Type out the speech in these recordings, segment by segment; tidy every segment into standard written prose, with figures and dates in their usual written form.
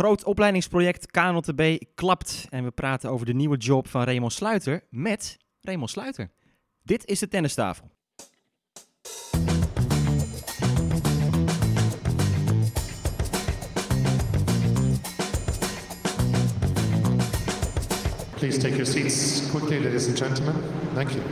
groot opleidingsproject KNLTB klapt en we praten over de nieuwe job van Raymond Sluiter met Raymond Sluiter. Dit is de tennistafel. Please take your seats quickly, ladies and gentlemen. Thank you.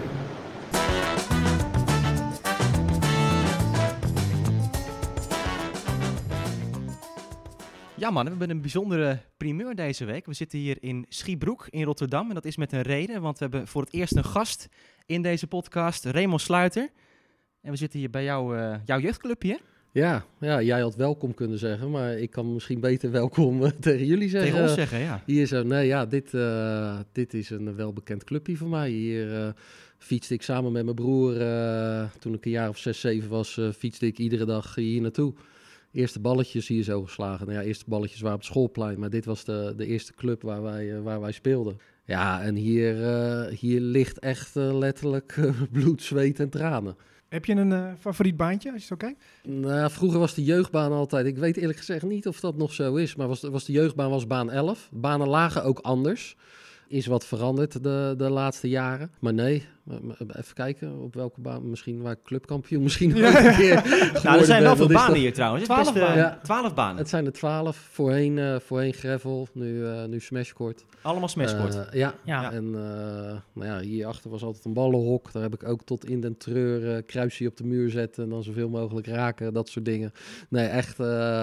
Ja man, we hebben een bijzondere primeur deze week. We zitten hier in Schiebroek in Rotterdam en dat is met een reden, want we hebben voor het eerst een gast in deze podcast, Raymond Sluiter. En we zitten hier bij jouw jeugdclubje. Ja, jij had welkom kunnen zeggen, maar ik kan misschien beter welkom tegen jullie zeggen. Tegen ons zeggen, ja. Hier zo, dit is een welbekend clubje van mij. Hier fietste ik samen met mijn broer, toen ik een jaar of 6, 7 was, fietste ik iedere dag hier naartoe. Eerste balletjes hier zo geslagen. Nou ja, eerste balletjes waren op het schoolplein, maar dit was de eerste club waar wij speelden. Ja, en hier ligt echt letterlijk bloed, zweet en tranen. Heb je een favoriet baantje als je zo kijkt? Nou, vroeger was de jeugdbaan altijd, ik weet eerlijk gezegd niet of dat nog zo is, maar de jeugdbaan was baan 11. Banen lagen ook anders. Is wat veranderd de laatste jaren. Maar nee, even kijken op welke baan. Misschien waar ik clubkampioen misschien ook een keer. Nou, er zijn wel veel banen hier trouwens. 12 banen. Ja. 12 banen. Het zijn er 12. Voorheen gravel, nu smashcourt. Allemaal smashcourt. Ja. En hierachter was altijd een ballenhok. Daar heb ik ook tot in den treur kruisje op de muur zetten en dan zoveel mogelijk raken, dat soort dingen. Nee, echt,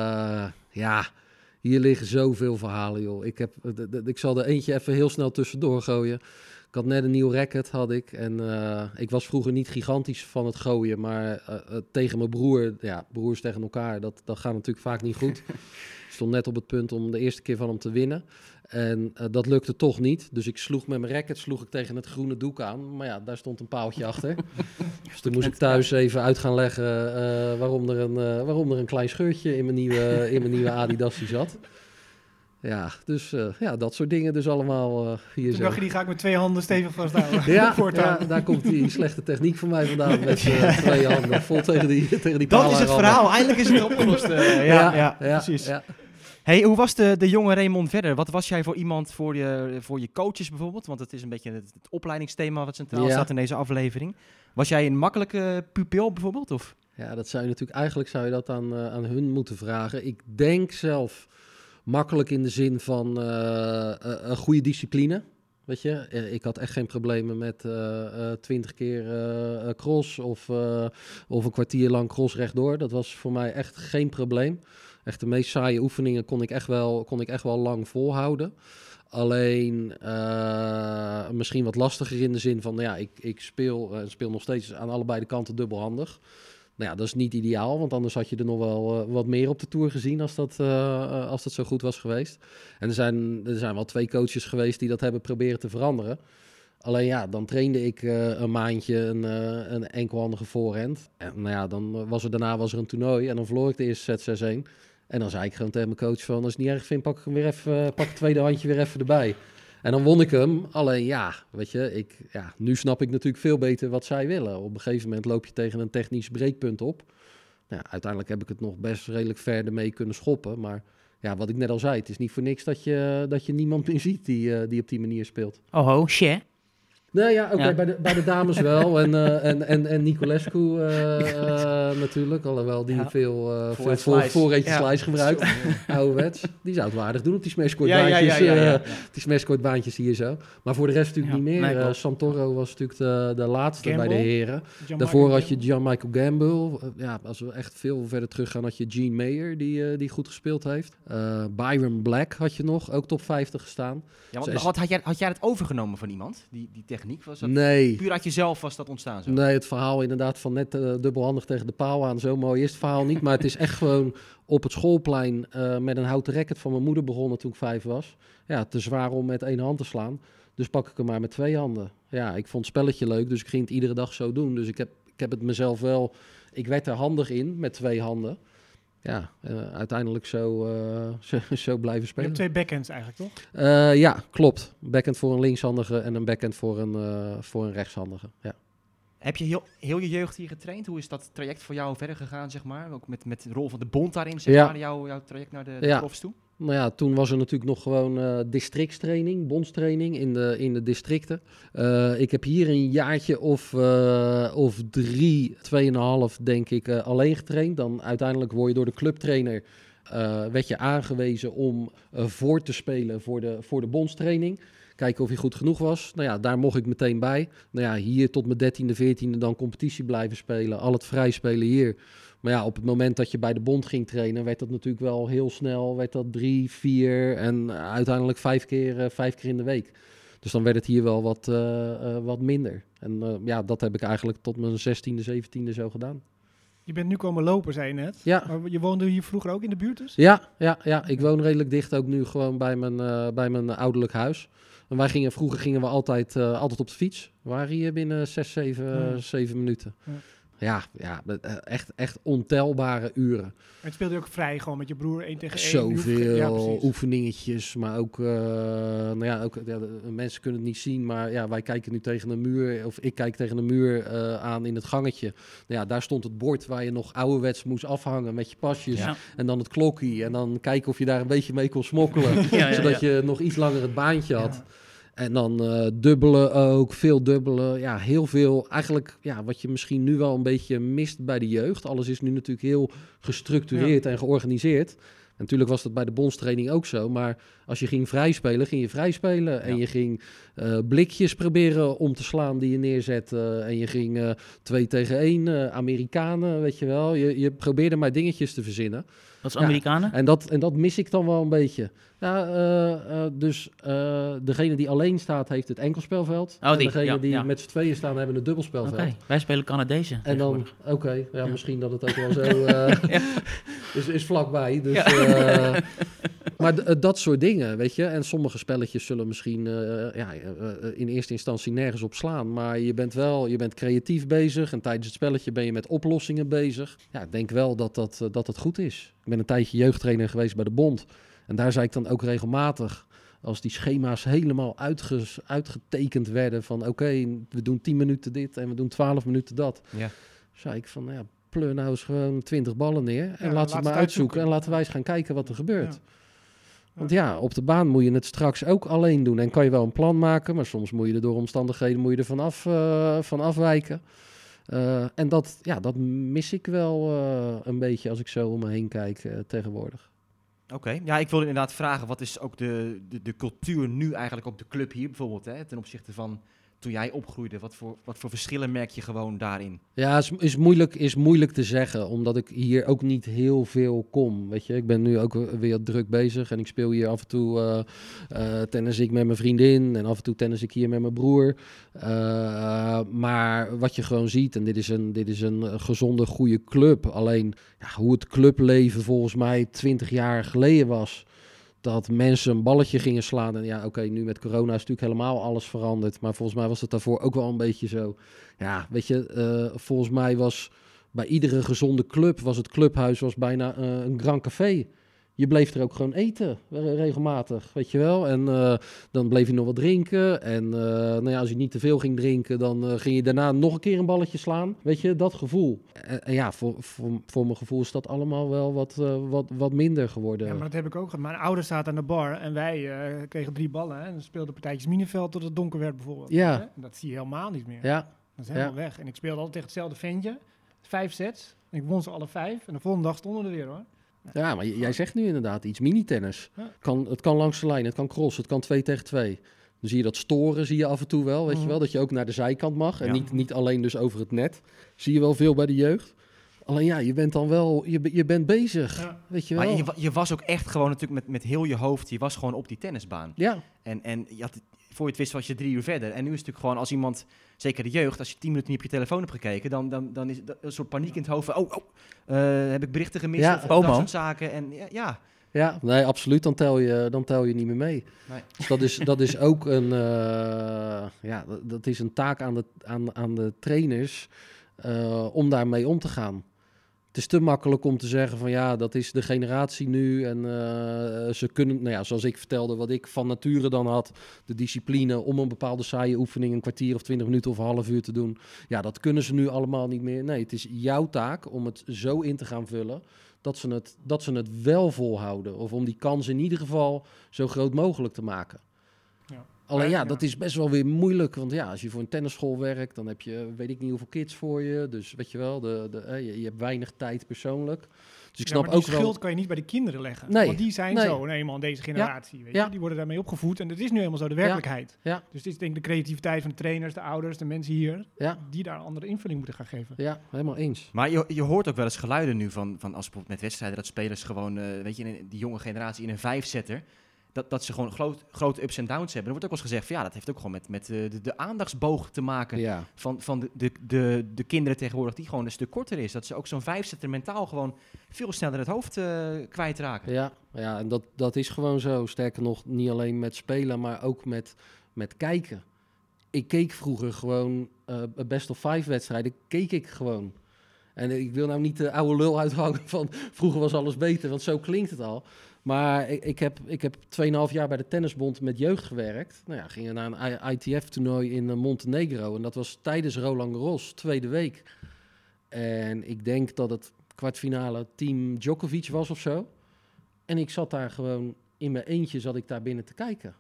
hier liggen zoveel verhalen, joh. Ik zal er eentje even heel snel tussendoor gooien. Ik had net een nieuw racket, had ik. En ik was vroeger niet gigantisch van het gooien, maar tegen mijn broer, broers tegen elkaar, dat gaat natuurlijk vaak niet goed. Ik stond net op het punt om de eerste keer van hem te winnen. En dat lukte toch niet. Dus ik sloeg met mijn racket tegen het groene doek aan. Maar ja, daar stond een paaltje achter. Dus toen moest ik thuis even uit gaan leggen waarom er een klein scheurtje in mijn nieuwe Adidasje zat. Ja, dus dat soort dingen dus allemaal hier Toen zo. dacht je, die ga ik met 2 handen stevig vasthouden. Ja, daar komt die slechte techniek van mij vandaan met 2 handen vol tegen die palen. Dat is het verhaal. Eindelijk is het opgelost. Ja, precies. Ja. Hey, hoe was de jonge Raymond verder? Wat was jij voor iemand voor je coaches bijvoorbeeld? Want het is een beetje het opleidingsthema wat centraal staat in deze aflevering. Was jij een makkelijke pupil bijvoorbeeld? Of? Ja, eigenlijk zou je dat aan hun moeten vragen. Ik denk zelf makkelijk in de zin van een goede discipline. Weet je, ik had echt geen problemen met 20 keer cross of een kwartier lang cross rechtdoor. Dat was voor mij echt geen probleem. Echt de meest saaie oefeningen kon ik echt wel lang volhouden. Alleen misschien wat lastiger in de zin van, ik speel nog steeds aan allebei de kanten dubbelhandig. Nou ja, dat is niet ideaal, want anders had je er nog wel wat meer op de Tour gezien als dat zo goed was geweest. En er zijn wel 2 coaches geweest die dat hebben proberen te veranderen. Alleen dan trainde ik een maandje een enkelhandige voorhand. En daarna was er een toernooi en dan verloor ik de eerste set 6-1. En dan zei ik gewoon tegen mijn coach van, als ik het niet erg vind, pak het tweede handje weer even erbij. En dan won ik hem. Alleen weet je, nu snap ik natuurlijk veel beter wat zij willen. Op een gegeven moment loop je tegen een technisch breekpunt op. Nou, uiteindelijk heb ik het nog best redelijk ver ermee kunnen schoppen. Maar wat ik net al zei, het is niet voor niks dat je niemand meer ziet die op die manier speelt. Oh, shit. Nee, bij de dames wel. En Niculescu natuurlijk. Alhoewel die veel voorreetje slice gebruikt. Ouderwets. Die zou het waardig doen op die smashcourt-baantjes. Die smashcourt-baantjes hier zo. Maar voor de rest natuurlijk niet meer. Nee, Santoro was natuurlijk de laatste Gamble. bij de heren. Daarvoor had je Jan-Michael Gamble. Als we echt veel verder terug gaan, had je Gene Mayer die goed gespeeld heeft. Byron Black had je nog. Ook top 50 gestaan. Ja, want had jij het overgenomen van iemand? Die techniek? Was dat nee. Puur uit jezelf was dat ontstaan zo? Nee, het verhaal inderdaad van net dubbelhandig tegen de paal aan. Zo mooi is het verhaal niet. Maar het is echt gewoon op het schoolplein met een houten racket van mijn moeder begonnen toen ik 5 was. Ja, te zwaar om met 1 hand te slaan. Dus pak ik hem maar met 2 handen. Ja, ik vond het spelletje leuk, dus ik ging het iedere dag zo doen. Dus ik heb het mezelf wel... Ik werd er handig in met 2 handen. Ja, uiteindelijk zo blijven spelen. Je hebt 2 backhands eigenlijk, toch? Ja, klopt. Backhand voor een linkshandige en een backhand voor een rechtshandige. Ja. Heb je heel je jeugd hier getraind? Hoe is dat traject voor jou verder gegaan, zeg maar? Ook met de rol van de bond daarin, zeg maar, jouw traject naar de profs toe? Nou ja, toen was er natuurlijk nog gewoon districtstraining, bondstraining in de districten. Ik heb hier een jaartje of 3, 2,5 denk ik alleen getraind. Dan uiteindelijk word je door de clubtrainer werd je aangewezen om voor te spelen voor de bondstraining. Kijken of je goed genoeg was. Nou ja, daar mocht ik meteen bij. Nou ja, hier tot mijn 13e, 14e dan competitie blijven spelen. Al het vrij spelen hier. Maar ja, op het moment dat je bij de bond ging trainen, werd dat natuurlijk wel heel snel. Werd dat 3, 4 en uiteindelijk 5 keer in de week. Dus dan werd het hier wel wat minder. En ja, dat heb ik eigenlijk tot mijn 16e, 17e zo gedaan. Je bent nu komen lopen, zei je net. Ja. Maar je woonde hier vroeger ook in de buurt dus? Ja. Ik woon redelijk dicht ook nu gewoon bij mijn ouderlijk huis. En vroeger gingen we altijd op de fiets. We waren hier binnen 6, 7 minuten. Ja, echt ontelbare uren. En speelde je ook vrij gewoon met je broer 1 tegen 1? Zoveel oefeningetjes, maar ook, mensen kunnen het niet zien, maar ja, wij kijken nu tegen een muur, of ik kijk tegen een muur aan in het gangetje. Nou ja, daar stond het bord waar je nog ouderwets moest afhangen met je pasjes en dan het klokkie en dan kijken of je daar een beetje mee kon smokkelen, zodat je nog iets langer het baantje had. Ja. En dan dubbelen ook, veel dubbelen. Ja, heel veel. Eigenlijk wat je misschien nu wel een beetje mist bij de jeugd. Alles is nu natuurlijk heel gestructureerd en georganiseerd. En natuurlijk was dat bij de bondstraining ook zo. Maar als je ging vrijspelen, ging je vrijspelen. Ja. En je ging blikjes proberen om te slaan die je neerzette. En je ging 2 tegen 1, Amerikanen, weet je wel. Je probeerde maar dingetjes te verzinnen. Wat is Amerikanen? En dat mis ik dan wel een beetje. Dus degene die alleen staat, heeft het enkelspelveld. En degene die met z'n tweeën staan, hebben het dubbelspelveld. Okay. Wij spelen Canadezen. En dan, misschien dat het ook wel zo is vlakbij. Dus, maar dat soort dingen, weet je. En sommige spelletjes zullen misschien in eerste instantie nergens op slaan. Maar je bent creatief bezig. En tijdens het spelletje ben je met oplossingen bezig. Ja, ik denk wel dat het goed is. Ik ben een tijdje jeugdtrainer geweest bij de Bond. En daar zei ik dan ook regelmatig, als die schema's helemaal uitgetekend werden van we doen 10 minuten dit en we doen 12 minuten dat. Ja. Zei ik van, pleur nou eens gewoon 20 ballen neer en laten we het maar uitzoeken. En laten wij eens gaan kijken wat er gebeurt. Ja. Want op de baan moet je het straks ook alleen doen. En kan je wel een plan maken, maar soms moet je er door omstandigheden van afwijken. En dat mis ik wel een beetje als ik zo om me heen kijk tegenwoordig. Oké. Ja, ik wilde inderdaad vragen, wat is ook de cultuur nu eigenlijk op de club hier bijvoorbeeld, ten opzichte van toen jij opgroeide? Wat voor verschillen merk je gewoon daarin? Ja, is moeilijk te zeggen, omdat ik hier ook niet heel veel kom, weet je. Ik ben nu ook weer druk bezig en ik speel hier af en toe tennis ik met mijn vriendin en af en toe tennis ik hier met mijn broer. Maar wat je gewoon ziet, en dit is een gezonde, goede club, alleen hoe het clubleven volgens mij 20 jaar geleden was, dat mensen een balletje gingen slaan. En nu met corona is natuurlijk helemaal alles veranderd. Maar volgens mij was het daarvoor ook wel een beetje zo. Ja, weet je, volgens mij was bij iedere gezonde club, was het clubhuis bijna een Grand Café. Je bleef er ook gewoon eten, regelmatig, weet je wel. En dan bleef je nog wat drinken. En als je niet te veel ging drinken, dan ging je daarna nog een keer een balletje slaan. Weet je, dat gevoel. En voor mijn gevoel is dat allemaal wel wat minder geworden. Ja, maar dat heb ik ook gehad. Mijn ouders zaten aan de bar en wij kregen 3 ballen. En dan speelden partijtjes miniveld tot het donker werd bijvoorbeeld. Ja. En dat zie je helemaal niet meer. Ja. Dat is helemaal weg. En ik speelde altijd tegen hetzelfde ventje. 5 sets. En ik won ze alle 5. En de volgende dag stonden we er weer, hoor. Ja, maar jij zegt nu inderdaad iets. Minitennis. Ja. Het kan langs de lijn, het kan cross, het kan 2 tegen 2. Dan zie je dat storen, zie je af en toe wel, weet je wel. Dat je ook naar de zijkant mag. En niet alleen dus over het net. Zie je wel veel bij de jeugd. Alleen je bent dan wel, je bent bezig, weet je wel. Maar je was ook echt gewoon natuurlijk met heel je hoofd, je was gewoon op die tennisbaan. Ja. En je had, voor je het wist was je 3 uur verder. En nu is het natuurlijk gewoon als iemand, zeker de jeugd, als je 10 minuten niet op je telefoon hebt gekeken, dan is een soort paniek in het hoofd van, heb ik berichten gemist? Ja. Of dat soort zaken. En Ja, nee, absoluut. Dan tel je niet meer mee. Nee. Dus dat is ook dat is een taak aan de trainers om daarmee om te gaan. Het is te makkelijk om te zeggen van dat is de generatie nu en ze kunnen, zoals ik vertelde, wat ik van nature dan had, de discipline om een bepaalde saaie oefening een kwartier of 20 minuten of een half uur te doen. Ja, dat kunnen ze nu allemaal niet meer. Nee, het is jouw taak om het zo in te gaan vullen dat ze het wel volhouden. Of om die kans in ieder geval zo groot mogelijk te maken. Ja. Alleen Ja. dat is best wel weer moeilijk. Want ja, als je voor een tennisschool werkt, dan heb je weet ik niet hoeveel kids voor je. Dus weet je wel, je hebt weinig tijd persoonlijk. Dus ik snap maar die ook wel... schuld kan je niet bij de kinderen leggen. Nee, Want die zijn nee. zo eenmaal in deze generatie. Weet je? Ja. Die worden daarmee opgevoed. En dat is nu eenmaal zo de werkelijkheid. Ja. Dus het is denk ik de creativiteit van de trainers, de ouders, de mensen hier... Ja. die daar een andere invulling moeten gaan geven. Ja, helemaal eens. Maar je hoort ook wel eens geluiden nu van als bijvoorbeeld met wedstrijden... dat spelers gewoon, weet je, in die jonge generatie in een 5-setter... Dat ze gewoon grote ups en downs hebben. Er wordt ook wel eens gezegd van ja, dat heeft ook gewoon met de aandachtsboog te maken Ja. van de kinderen tegenwoordig die gewoon een stuk korter is. Dat ze ook zo'n 5-setter mentaal gewoon veel sneller het hoofd kwijtraken. Ja, en dat is gewoon zo. Sterker nog, niet alleen met spelen, maar ook met kijken. Ik keek vroeger gewoon best of 5 wedstrijden, keek ik gewoon. En ik wil nou niet de oude lul uithangen van vroeger was alles beter, want zo klinkt het al. Maar ik heb 2,5 jaar bij de Tennisbond met jeugd gewerkt. Nou ja, gingen naar een ITF-toernooi in Montenegro. En dat was tijdens Roland Garros, tweede week. En ik denk dat het kwartfinale team Djokovic was of zo. En ik zat daar gewoon in mijn eentje zat ik daar binnen te kijken.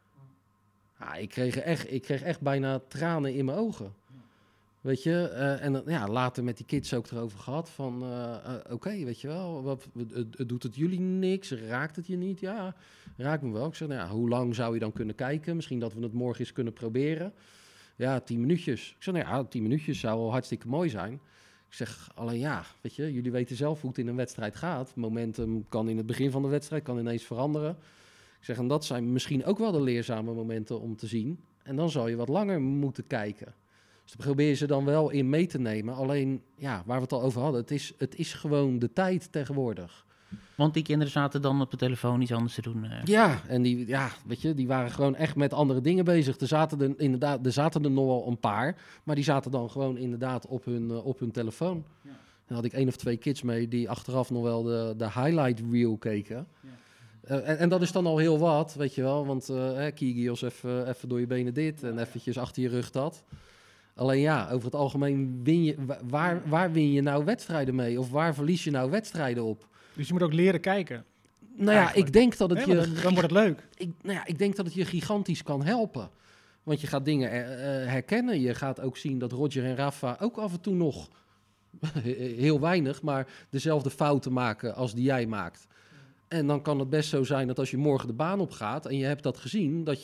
Ik kreeg echt bijna tranen in mijn ogen. Weet je, en ja, later met die kids ook erover gehad van, oké, weet je wel, doet het jullie niks? Raakt het je niet? Ja, raakt me wel. Ik zeg, nou ja, hoe lang zou je dan kunnen kijken? Misschien dat we het morgen eens kunnen proberen. Ja, 10 minuutjes. Ik zeg, nou ja, 10 minuutjes zou wel hartstikke mooi zijn. Ik zeg, alleen ja, weet je, jullie weten zelf hoe het in een wedstrijd gaat. Momentum kan in het begin van de wedstrijd, kan ineens veranderen. Ik zeg, en dat zijn misschien ook wel de leerzame momenten om te zien. En dan zal je wat langer moeten kijken. Dus dan probeer je ze dan wel in mee te nemen. Alleen, ja, waar we het al over hadden, het is gewoon de tijd tegenwoordig. Want die kinderen zaten dan op de telefoon iets anders te doen. Ja, en die waren gewoon echt met andere dingen bezig. Er zaten er nog wel een paar, maar die zaten dan gewoon inderdaad op hun telefoon. Ja. Dan had ik 1 of 2 kids mee die achteraf nog wel de highlight reel keken. Ja. En dat is dan al heel wat, weet je wel. Want Kyrgios even door je benen dit en eventjes achter je rug dat. Alleen ja, over het algemeen win je... Waar win je nou wedstrijden mee? Of waar verlies je nou wedstrijden op? Dus je moet ook leren kijken. Nou ja, ik denk dat het dan wordt het leuk. Ik denk dat het je gigantisch kan helpen. Want je gaat dingen herkennen. Je gaat ook zien dat Roger en Rafa ook af en toe nog... heel weinig, maar dezelfde fouten maken als die jij maakt. En dan kan het best zo zijn dat als je morgen de baan op gaat... en je hebt dat gezien, dat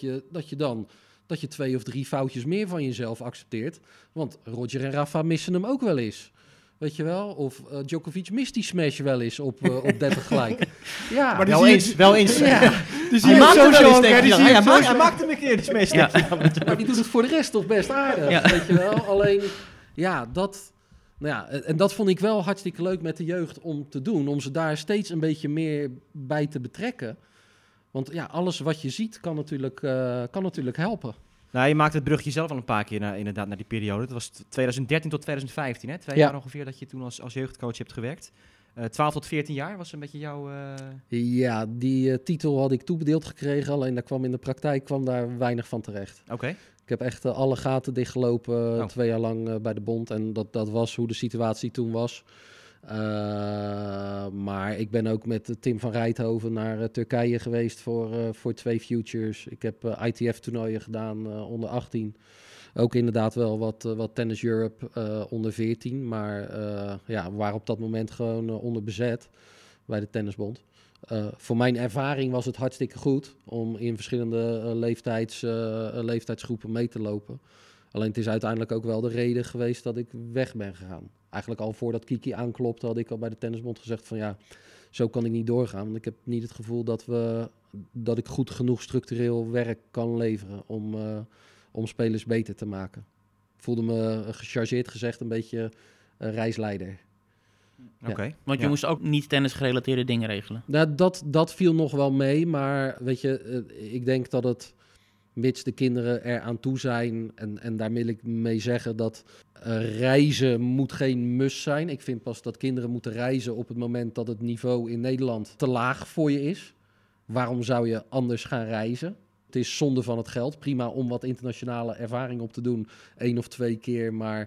je 2 of 3 foutjes meer van jezelf accepteert. Want Roger en Rafa missen hem ook wel eens. Weet je wel? Of Djokovic mist die smash wel eens op 30 gelijk. Ja, maar wel eens. Ja. Dus hij maakt hem een keer, die smash. Ja. Maar die doet het voor de rest toch best aardig. Ja. Weet je wel? Alleen, ja, en dat vond ik wel hartstikke leuk met de jeugd om te doen. Om ze daar steeds een beetje meer bij te betrekken. Want ja, alles wat je ziet kan natuurlijk helpen. Nou, je maakt het brugje zelf al een paar keer naar die periode. Dat was 2013 tot 2015, hè? 2 jaar ongeveer dat je toen als jeugdcoach hebt gewerkt. 12 tot 14 jaar was een beetje jouw... Ja, die titel had ik toebedeeld gekregen. Alleen in de praktijk kwam daar weinig van terecht. Oké. Ik heb echt alle gaten dichtgelopen 2 jaar lang bij de bond. En dat was hoe de situatie toen was. Maar ik ben ook met Tim van Rijthoven naar Turkije geweest voor 2 futures. Ik heb ITF-toernooien gedaan onder 18. Ook inderdaad wel wat Tennis Europe onder 14. Maar we waren op dat moment gewoon onder bezet bij de Tennisbond. Voor mijn ervaring was het hartstikke goed om in verschillende leeftijdsgroepen mee te lopen. Alleen het is uiteindelijk ook wel de reden geweest dat ik weg ben gegaan. Eigenlijk al voordat Kiki aanklopte had ik al bij de Tennisbond gezegd van ja, zo kan ik niet doorgaan. Want ik heb niet het gevoel dat ik goed genoeg structureel werk kan leveren om spelers beter te maken. Ik voelde me gechargeerd gezegd een beetje reisleider. Oké. Ja. Want je moest ook niet tennisgerelateerde dingen regelen. Nou, dat viel nog wel mee, maar weet je, ik denk dat het, mits de kinderen er aan toe zijn, en daar wil ik mee zeggen dat reizen moet geen must zijn. Ik vind pas dat kinderen moeten reizen op het moment dat het niveau in Nederland te laag voor je is. Waarom zou je anders gaan reizen? Het is zonde van het geld. Prima om wat internationale ervaring op te doen, 1 of 2 keer, maar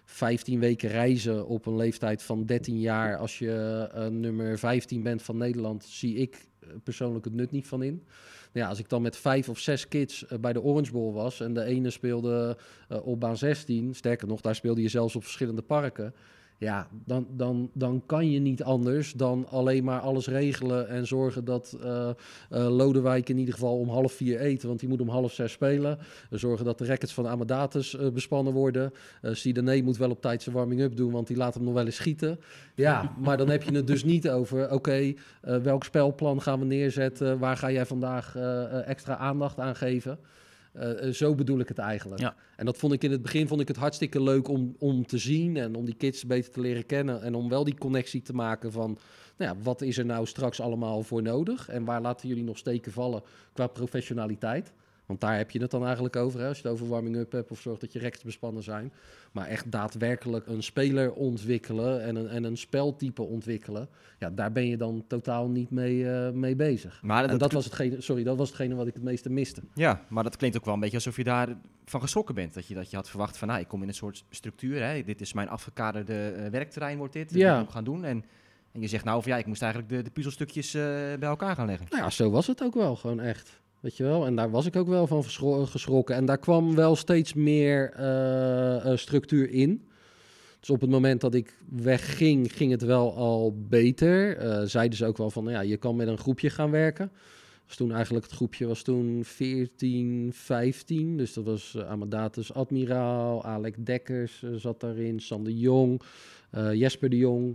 15 weken reizen op een leeftijd van 13 jaar. Als je nummer 15 bent van Nederland, zie ik persoonlijk het nut niet van in. Ja, als ik dan met 5 of 6 kids bij de Orange Bowl was en de ene speelde op baan 16, sterker nog, daar speelde je zelfs op verschillende parken. Ja, dan kan je niet anders dan alleen maar alles regelen en zorgen dat Lodewijk in ieder geval om 3:30 eet, want die moet om 5:30 spelen. Zorgen dat de rackets van Amadatus bespannen worden. Sidané moet wel op tijd zijn warming-up doen, want die laat hem nog wel eens schieten. Ja, maar dan heb je het dus niet over, oké, welk spelplan gaan we neerzetten? Waar ga jij vandaag extra aandacht aan geven? Zo bedoel ik het eigenlijk. Ja. En dat vond ik in het begin hartstikke leuk om te zien en om die kids beter te leren kennen en om wel die connectie te maken van, nou ja, wat is er nou straks allemaal voor nodig en waar laten jullie nog steken vallen qua professionaliteit? Want daar heb je het dan eigenlijk over, hè? Als je het over warming-up hebt of zorg dat je rechts bespannen zijn. Maar echt daadwerkelijk een speler ontwikkelen en een speltype ontwikkelen, ja, daar ben je dan totaal niet mee bezig. Maar En dat was hetgene wat ik het meeste miste. Ja, maar dat klinkt ook wel een beetje alsof je daarvan geschrokken bent. Dat je had verwacht van, ik kom in een soort structuur. Hè? Dit is mijn afgekaderde werkterrein, wordt dit. Ja. Dat moet ik gaan doen. En je zegt nou, ik moest eigenlijk de puzzelstukjes bij elkaar gaan leggen. Nou ja, zo was het ook wel, gewoon echt. Weet je wel, en daar was ik ook wel van geschrokken. En daar kwam wel steeds meer structuur in. Dus op het moment dat ik wegging, ging het wel al beter. Zeiden ze ook wel van, je kan met een groepje gaan werken. Het groepje was toen 14, 15. Dus dat was Amadatus Admiraal, Alec Dekkers zat daarin, Sander Jong, Jesper de Jong,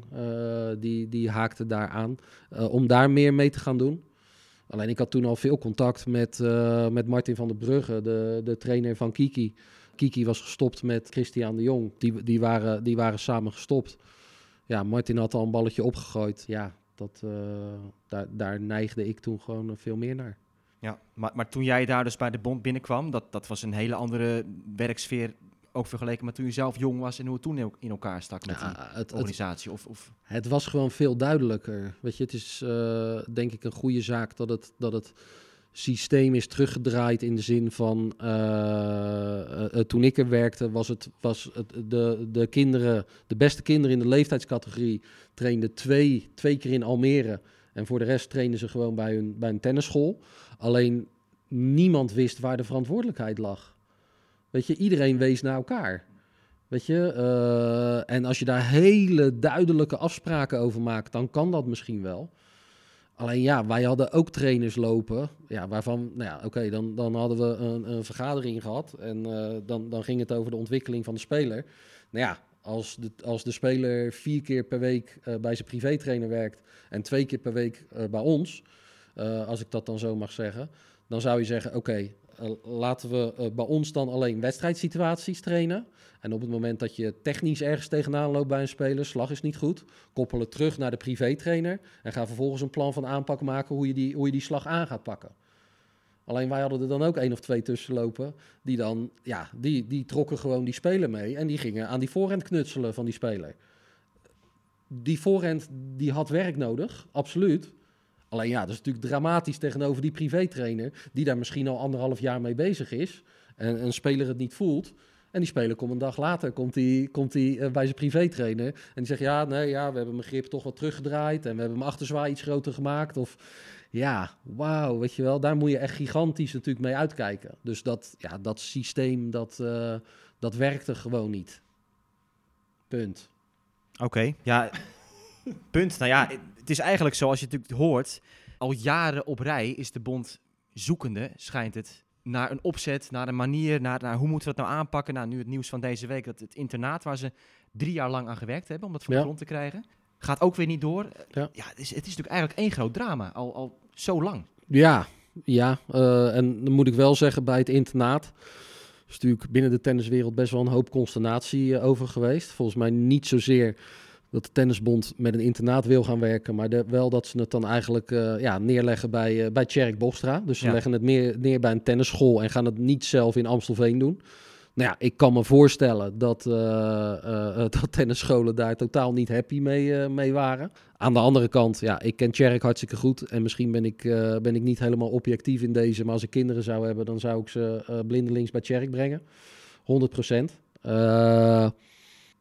die haakte daar aan. Om daar meer mee te gaan doen. Alleen ik had toen al veel contact met Martin van der Brugge, de trainer van Kiki. Kiki was gestopt met Christian de Jong. Die waren samen gestopt. Ja, Martin had al een balletje opgegooid. Ja, daar neigde ik toen gewoon veel meer naar. Ja, maar toen jij daar dus bij de bond binnenkwam, dat was een hele andere werksfeer, ook vergeleken met toen je zelf jong was en hoe het toen in elkaar stak met die organisatie? Het was gewoon veel duidelijker. Weet je, het is denk ik een goede zaak dat het systeem is teruggedraaid in de zin van toen ik er werkte was de kinderen, de beste kinderen in de leeftijdscategorie trainden twee keer in Almere en voor de rest trainden ze gewoon bij een tennisschool. Alleen niemand wist waar de verantwoordelijkheid lag. Weet je, iedereen wees naar elkaar. Weet je, en als je daar hele duidelijke afspraken over maakt, dan kan dat misschien wel. Alleen ja, wij hadden ook trainers lopen, ja, waarvan, dan hadden we een vergadering gehad en dan ging het over de ontwikkeling van de speler. Nou ja, als de speler 4 keer per week bij zijn privétrainer werkt en 2 keer per week bij ons, als ik dat dan zo mag zeggen, dan zou je zeggen, oké, laten we bij ons dan alleen wedstrijdsituaties trainen. En op het moment dat je technisch ergens tegenaan loopt bij een speler, slag is niet goed, koppel het terug naar de privétrainer en ga vervolgens een plan van aanpak maken hoe je die slag aan gaat pakken. Alleen wij hadden er dan ook 1 of 2 tussen lopen, die dan, ja, die trokken gewoon die speler mee en die gingen aan die voorhand knutselen van die speler. Die voorhand, die had werk nodig, absoluut. Alleen ja, dat is natuurlijk dramatisch tegenover die privétrainer, die daar misschien al 1,5 jaar mee bezig is en een speler het niet voelt. En die speler komt een dag later, komt hij bij zijn privétrainer en die zegt, we hebben mijn grip toch wat teruggedraaid en we hebben mijn achterzwaai iets groter gemaakt. Of ja, wauw, weet je wel, daar moet je echt gigantisch natuurlijk mee uitkijken. Dus dat systeem, dat werkte gewoon niet. Punt. Oké, ja, punt. Nou ja, het is eigenlijk zo, als je het natuurlijk hoort, al jaren op rij is de bond zoekende, schijnt het, naar een opzet, naar een manier, naar hoe moeten we dat nou aanpakken. Nou, nu het nieuws van deze week, dat het internaat waar ze 3 jaar lang aan gewerkt hebben om dat van de grond te krijgen, gaat ook weer niet door. Ja, het is natuurlijk eigenlijk één groot drama, al zo lang. Ja, en dan moet ik wel zeggen, bij het internaat is natuurlijk binnen de tenniswereld best wel een hoop consternatie over geweest. Volgens mij niet zozeer dat de tennisbond met een internaat wil gaan werken, maar wel dat ze het dan eigenlijk neerleggen bij Tjerk Bostra. Dus ze leggen het meer neer bij een tennisschool en gaan het niet zelf in Amstelveen doen. Nou ja, ik kan me voorstellen dat tennisscholen daar totaal niet happy mee waren. Aan de andere kant, ik ken Tjerk hartstikke goed en misschien ben ik niet helemaal objectief in deze, maar als ik kinderen zou hebben, dan zou ik ze blindelings bij Tjerk brengen. 100%.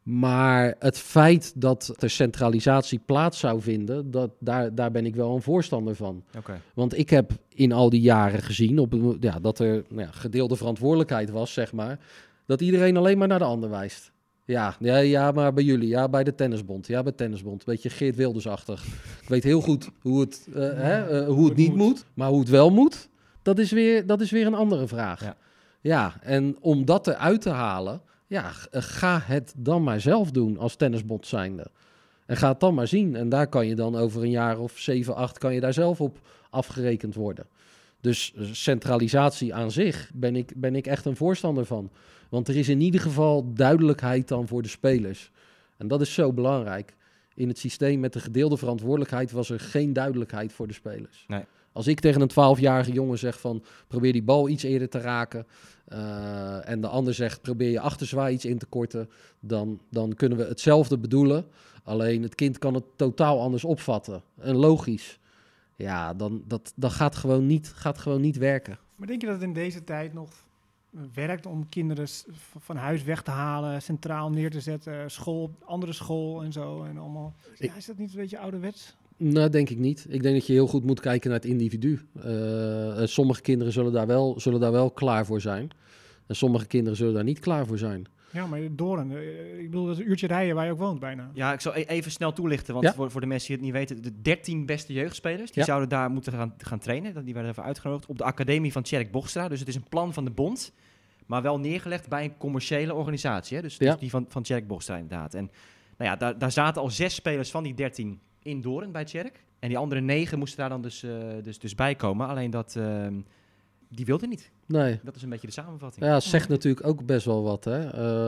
Maar het feit dat er centralisatie plaats zou vinden, daar ben ik wel een voorstander van. Oké. Want ik heb in al die jaren gezien dat er gedeelde verantwoordelijkheid was, zeg maar. Dat iedereen alleen maar naar de ander wijst. Ja, maar bij jullie. Ja, bij de tennisbond. Ja, bij tennisbond. Beetje Geert Wilders-achtig. Ik weet heel goed hoe het niet moet. Maar hoe het wel moet, dat is weer een andere vraag. Ja, en om dat eruit te halen, ga het dan maar zelf doen als tennisbond zijnde. En ga het dan maar zien. En daar kan je dan over een jaar of 7, 8 kan je daar zelf op afgerekend worden. Dus centralisatie aan zich ben ik echt een voorstander van. Want er is in ieder geval duidelijkheid dan voor de spelers. En dat is zo belangrijk. In het systeem met de gedeelde verantwoordelijkheid was er geen duidelijkheid voor de spelers. Nee. Als ik tegen een 12-jarige jongen zeg van probeer die bal iets eerder te raken. En de ander zegt probeer je achterzwaai iets in te korten. Dan kunnen we hetzelfde bedoelen. Alleen het kind kan het totaal anders opvatten. En logisch. Ja, dat gaat gewoon niet werken. Maar denk je dat het in deze tijd nog werkt om kinderen van huis weg te halen, centraal neer te zetten, andere school en zo en allemaal? Is dat niet een beetje ouderwets? Nou, denk ik niet. Ik denk dat je heel goed moet kijken naar het individu. Sommige kinderen zullen daar wel klaar voor zijn. En sommige kinderen zullen daar niet klaar voor zijn. Ja, maar Doorn, ik bedoel, dat is een uurtje rijden waar je ook woont bijna. Ja, ik zal even snel toelichten, want voor de mensen die het niet weten, de 13 beste jeugdspelers, die zouden daar moeten gaan trainen. Die werden even uitgenodigd op de academie van Tjerk Bochstra. Dus het is een plan van de bond, maar wel neergelegd bij een commerciële organisatie. Hè? Dus die van Tjerk Bochstra inderdaad. En nou ja, daar zaten al 6 spelers van die 13 in Doorn bij Tjerk. En die andere 9 moesten daar dan dus bij komen. Alleen dat, die wilden niet. Nee. Dat is een beetje de samenvatting. Ja, zegt natuurlijk ook best wel wat. Hè?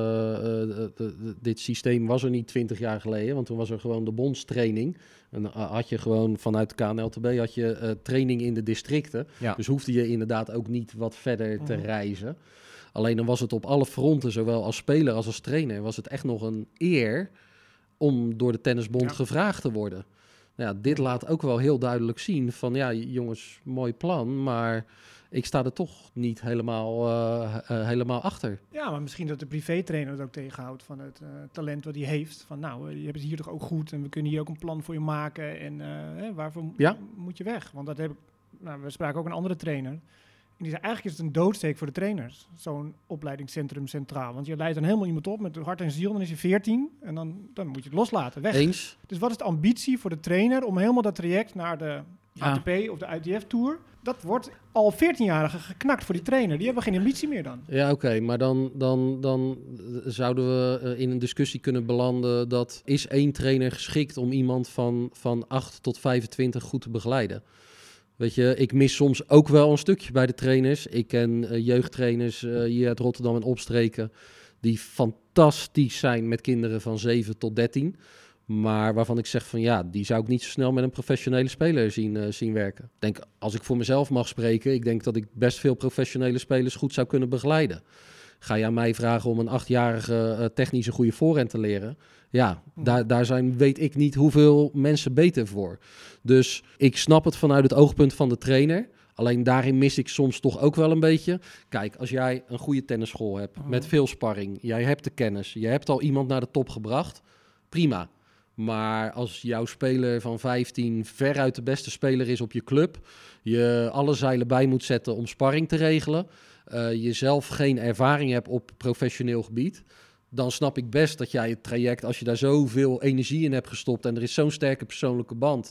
Dit systeem was er niet 20 jaar geleden, want toen was er gewoon de bondstraining. En had je gewoon vanuit de KNLTB had je training in de districten. Ja. Dus hoefde je inderdaad ook niet wat verder te reizen. Alleen dan was het op alle fronten, zowel als speler als trainer, was het echt nog een eer om door de tennisbond gevraagd te worden. Nou ja, dit laat ook wel heel duidelijk zien van ja, jongens, mooi plan, maar ik sta er toch niet helemaal achter. Ja, maar misschien dat de privétrainer het ook tegenhoudt van het talent wat hij heeft. Van nou, je hebt het hier toch ook goed en we kunnen hier ook een plan voor je maken. En waarvoor moet je weg? Want dat we spraken ook een andere trainer. En die zei, eigenlijk is het een doodsteek voor de trainers, zo'n opleidingscentrum centraal. Want je leidt dan helemaal iemand op met hart en ziel, dan is je 14 en dan moet je het loslaten, weg. Eens. Dus wat is de ambitie voor de trainer om helemaal dat traject naar de ATP of de ITF-tour? Dat wordt al 14-jarigen geknakt voor die trainer. Die hebben geen ambitie meer dan. Ja, oké, maar dan zouden we in een discussie kunnen belanden dat is 1 trainer geschikt om iemand van 8 tot 25 goed te begeleiden? Weet je, ik mis soms ook wel een stukje bij de trainers. Ik ken jeugdtrainers hier uit Rotterdam en opstreken die fantastisch zijn met kinderen van 7 tot 13. Maar waarvan ik zeg van ja, die zou ik niet zo snel met een professionele speler zien werken. Ik denk, als ik voor mezelf mag spreken, ik denk dat ik best veel professionele spelers goed zou kunnen begeleiden. Ga je aan mij vragen om een 8-jarige technisch een goede voorhand te leren? Ja, daar zijn weet ik niet hoeveel mensen beter voor. Dus ik snap het vanuit het oogpunt van de trainer. Alleen daarin mis ik soms toch ook wel een beetje. Kijk, als jij een goede tennisschool hebt met veel sparring, jij hebt de kennis, je hebt al iemand naar de top gebracht, prima. Maar als jouw speler van 15 veruit de beste speler is op je club, je alle zeilen bij moet zetten om sparring te regelen, je zelf geen ervaring hebt op professioneel gebied, dan snap ik best dat jij het traject, als je daar zoveel energie in hebt gestopt en er is zo'n sterke persoonlijke band,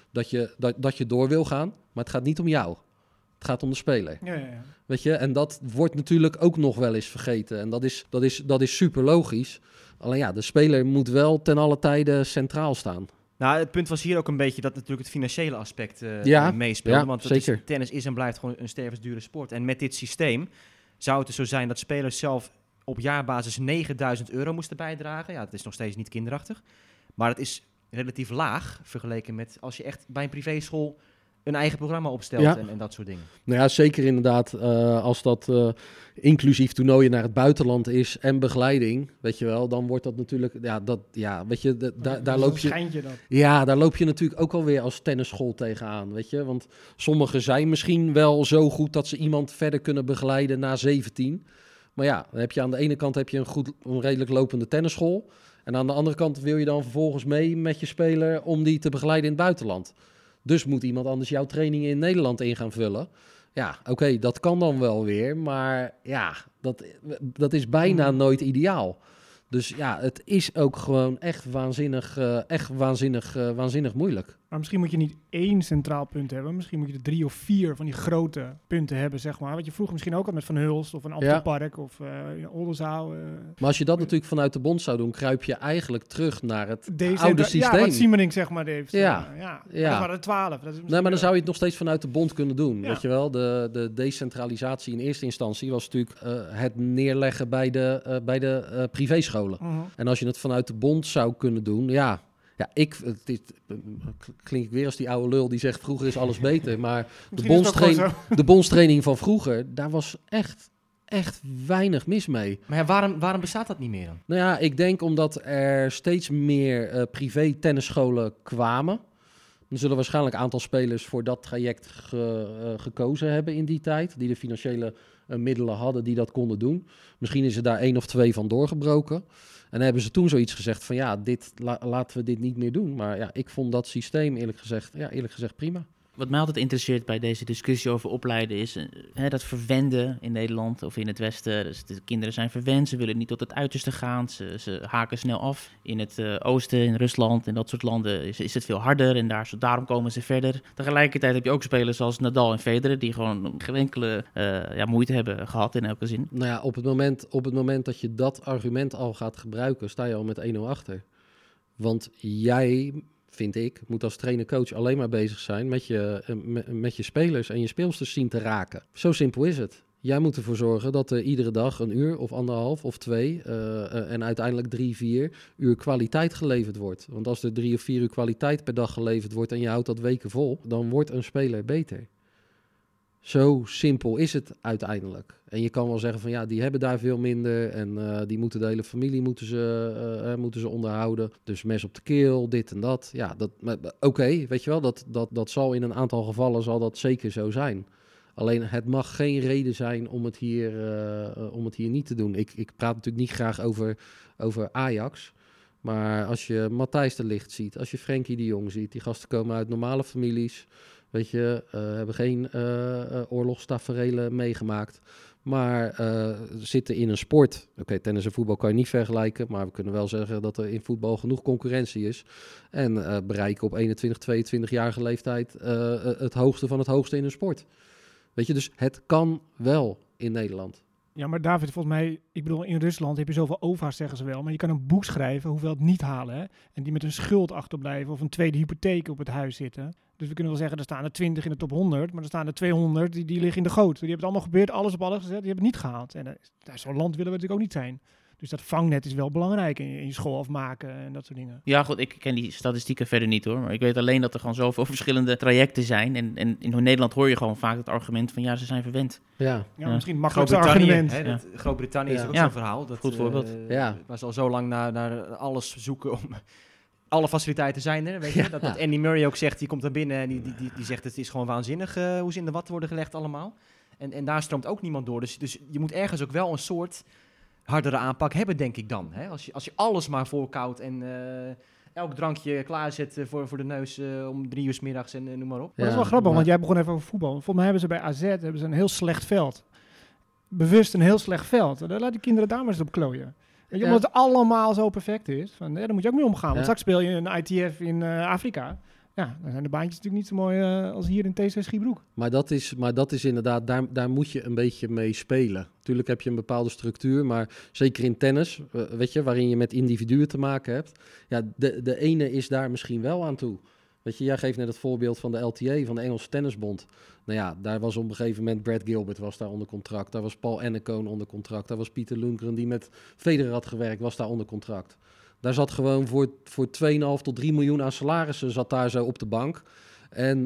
dat je door wil gaan. Maar het gaat niet om jou. Het gaat om de speler. Ja. Weet je, en dat wordt natuurlijk ook nog wel eens vergeten. En dat is super logisch. Alleen ja, de speler moet wel ten alle tijde centraal staan. Nou, het punt was hier ook een beetje dat natuurlijk het financiële aspect meespeelde. Ja, want zeker. Tennis is en blijft gewoon een stervensdure sport. En met dit systeem zou het dus zo zijn dat spelers zelf op jaarbasis €9.000 moesten bijdragen. Ja, dat is nog steeds niet kinderachtig. Maar het is relatief laag vergeleken met als je echt bij een privéschool een eigen programma opstelt en dat soort dingen. Nou ja, zeker inderdaad. Als dat inclusief toernooien naar het buitenland is en begeleiding, weet je wel, dan wordt dat natuurlijk, weet je, daar loop je. Schijntje dat. Ja, daar loop je natuurlijk ook alweer als tennisschool tegenaan, weet je. Want sommigen zijn misschien wel zo goed dat ze iemand verder kunnen begeleiden na 17. Maar ja, dan heb je aan de ene kant een redelijk lopende tennisschool. En aan de andere kant wil je dan vervolgens mee met je speler om die te begeleiden in het buitenland. Dus moet iemand anders jouw trainingen in Nederland in gaan vullen. Ja, oké, dat kan dan wel weer. Maar ja, dat is bijna nooit ideaal. Dus ja, het is ook gewoon echt waanzinnig moeilijk. Maar misschien moet je niet 1 centraal punt hebben. Misschien moet je er 3 of 4 van die grote punten hebben, zeg maar. Wat je vroeger misschien ook had met Van Hulst of een Amstelpark of Oldenzaal. Maar als je dat natuurlijk vanuit de bond zou doen, kruip je eigenlijk terug naar het oude systeem. Ja, wat Siemerink zeg maar heeft. Ja. Dat waren er 12. Dat is nee, maar dan zou je het nog steeds vanuit de bond kunnen doen. Ja. Weet je wel, de decentralisatie in eerste instantie was natuurlijk het neerleggen bij de privéscholen. En als je het vanuit de bond zou kunnen doen, klink ik weer als die oude lul die zegt vroeger is alles beter. Maar de bondstraining van vroeger, daar was echt weinig mis mee. Maar ja, waarom bestaat dat niet meer dan? Nou ja, ik denk omdat er steeds meer privé tennisscholen kwamen. Er zullen waarschijnlijk een aantal spelers voor dat traject gekozen hebben in die tijd. Die de financiële middelen hadden die dat konden doen. Misschien is er daar 1 of 2 van doorgebroken. En dan hebben ze toen zoiets gezegd van ja, laten we dit niet meer doen. Maar ja, ik vond dat systeem eerlijk gezegd prima. Wat mij altijd interesseert bij deze discussie over opleiden is dat verwenden in Nederland of in het Westen. Dus de kinderen zijn verwend, ze willen niet tot het uiterste gaan, ze haken snel af. In het oosten, in Rusland en dat soort landen is het veel harder en daarom komen ze verder. Tegelijkertijd heb je ook spelers zoals Nadal en Federer die gewoon geen enkele moeite hebben gehad in elke zin. Nou ja, op het moment dat je dat argument al gaat gebruiken, sta je al met 1-0 achter. Want jij, vind ik, moet als trainer-coach alleen maar bezig zijn met je spelers en je speelsters zien te raken. Zo simpel is het. Jij moet ervoor zorgen dat er iedere dag 1 uur of 1,5 of 2 en uiteindelijk 3, 4 uur kwaliteit geleverd wordt. Want als er 3 of 4 uur kwaliteit per dag geleverd wordt en je houdt dat weken vol, dan wordt een speler beter. Zo simpel is het uiteindelijk. En je kan wel zeggen van ja, die hebben daar veel minder en die moeten de hele familie moeten ze onderhouden. Dus mes op de keel, dit en dat. Ja, oké, weet je wel, dat zal in een aantal gevallen zal dat zeker zo zijn. Alleen het mag geen reden zijn om het hier niet te doen. Ik praat natuurlijk niet graag over Ajax. Maar als je Matthijs de Ligt ziet, als je Frenkie de Jong ziet, die gasten komen uit normale families. Weet je, hebben geen oorlogstaferelen meegemaakt. Maar zitten in een sport. Oké, tennis en voetbal kan je niet vergelijken. Maar we kunnen wel zeggen dat er in voetbal genoeg concurrentie is. En bereiken op 21, 22-jarige leeftijd het hoogste van het hoogste in een sport. Weet je, dus het kan wel in Nederland. Ja, maar David, volgens mij, ik bedoel, in Rusland heb je zoveel overhaast, zeggen ze wel. Maar je kan een boek schrijven, hoeveel het niet halen. Hè? En die met een schuld achterblijven of een tweede hypotheek op het huis zitten. Dus we kunnen wel zeggen, er staan er 20 in de top 100. Maar er staan er 200, die liggen in de goot. Die hebben het allemaal gebeurd, alles op alles gezet, die hebben het niet gehaald. En zo'n land willen we natuurlijk ook niet zijn. Dus dat vangnet is wel belangrijk in je school afmaken en dat soort dingen. Ja, goed, ik ken die statistieken verder niet hoor. Maar ik weet alleen dat er gewoon zoveel verschillende trajecten zijn. En in Nederland hoor je gewoon vaak het argument van ja, ze zijn verwend. Ja, misschien het makkelijkste argument. Hè, Groot-Brittannië is ook zo'n verhaal. Goed voorbeeld. Waar ze al zo lang naar alles zoeken om... Alle faciliteiten zijn er, weet je. Dat Andy Murray ook zegt, die komt er binnen en die zegt het is gewoon waanzinnig hoe ze in de watten worden gelegd allemaal. En daar stroomt ook niemand door. Dus je moet ergens ook wel een soort hardere aanpak hebben, denk ik dan. Hè? Als je alles maar voorkoudt en elk drankje klaarzet voor de neus om 3 uur 's middags en noem maar op. Maar dat is wel grappig, want jij begon even over voetbal. Volgens mij hebben ze bij AZ een heel slecht veld. Bewust een heel slecht veld. Daar laat die kinderen daar maar eens op klooien. Omdat het allemaal zo perfect is. Daar moet je ook mee omgaan. Want straks speel je een ITF in Afrika. Ja, dan zijn de baantjes natuurlijk niet zo mooi als hier in TC Schiebroek. Maar dat is inderdaad, daar moet je een beetje mee spelen. Tuurlijk heb je een bepaalde structuur, maar zeker in tennis, weet je, waarin je met individuen te maken hebt. Ja, de ene is daar misschien wel aan toe. Weet je, jij geeft net het voorbeeld van de LTA, van de Engelse Tennisbond. Nou ja, daar was op een gegeven moment Brad Gilbert was daar onder contract. Daar was Paul Ennekoon onder contract. Daar was Pieter Lundgren, die met Federer had gewerkt, was daar onder contract. Daar zat gewoon voor 2,5 tot 3 miljoen aan salarissen zat daar zo op de bank. En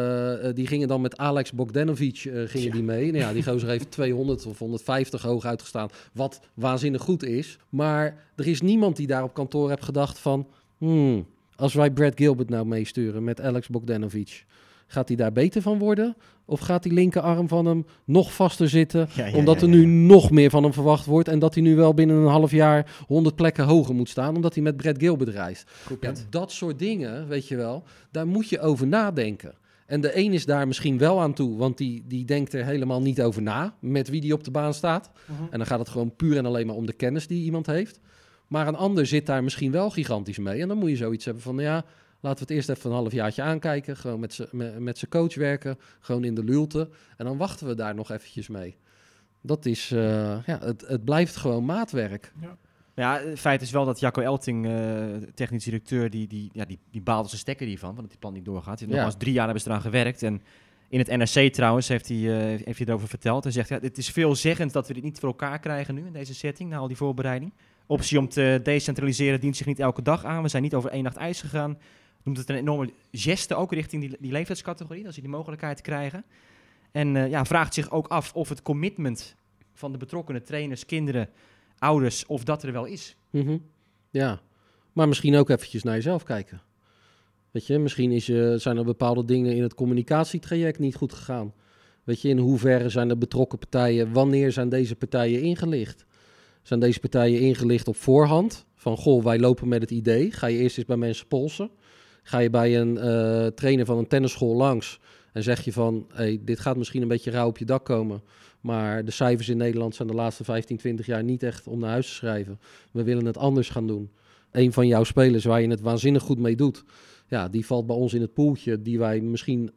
die gingen dan met Alex Bogdanovic die mee. Nou ja, die gozer heeft 200 of 150 hoog uitgestaan, wat waanzinnig goed is. Maar er is niemand die daar op kantoor heeft gedacht van... als wij Brad Gilbert nou meesturen met Alex Bogdanovic, Gaat hij daar beter van worden? Of gaat die linkerarm van hem nog vaster zitten, omdat er ja. nu nog meer van hem verwacht wordt en dat hij nu wel binnen een half jaar 100 plekken hoger moet staan, omdat hij met Brett Gilbert reist. Ja, dat soort dingen, weet je wel, daar moet je over nadenken. En de een is daar misschien wel aan toe, want die denkt er helemaal niet over na met wie die op de baan staat. En dan gaat het gewoon puur en alleen maar om de kennis die iemand heeft. Maar een ander zit daar misschien wel gigantisch mee. En dan moet je zoiets hebben van, ja, laten we het eerst even een halfjaartje aankijken. Gewoon met zijn coach werken, gewoon in de lulte. En dan wachten we daar nog eventjes mee. Dat is, het blijft gewoon maatwerk. Ja, het feit is wel dat Jacco Elting, technisch directeur, die baalde zijn stekker hiervan, want die plan niet doorgaat. Nog eens 3 jaar hebben ze eraan gewerkt. En in het NRC trouwens heeft hij erover verteld. Hij zegt, het is veelzeggend dat we dit niet voor elkaar krijgen nu in deze setting, na al die voorbereiding. Optie om te decentraliseren dient zich niet elke dag aan. We zijn niet over 1 nacht ijs gegaan. Noemt het een enorme geste ook richting die leeftijdscategorie, dat ze die mogelijkheid krijgen. En vraagt zich ook af of het commitment van de betrokkenen trainers, kinderen, ouders, of dat er wel is. Mm-hmm. Ja, maar misschien ook eventjes naar jezelf kijken. Weet je, misschien zijn er bepaalde dingen in het communicatietraject niet goed gegaan. Weet je, in hoeverre zijn de betrokken partijen, wanneer zijn deze partijen ingelicht? Zijn deze partijen ingelicht op voorhand? Van, goh, wij lopen met het idee. Ga je eerst eens bij mensen polsen? Ga je bij een trainer van een tennisschool langs en zeg je van, hey, dit gaat misschien een beetje rauw op je dak komen, maar de cijfers in Nederland zijn de laatste 15, 20 jaar niet echt om naar huis te schrijven. We willen het anders gaan doen. Een van jouw spelers waar je het waanzinnig goed mee doet, ja, die valt bij ons in het poeltje die wij misschien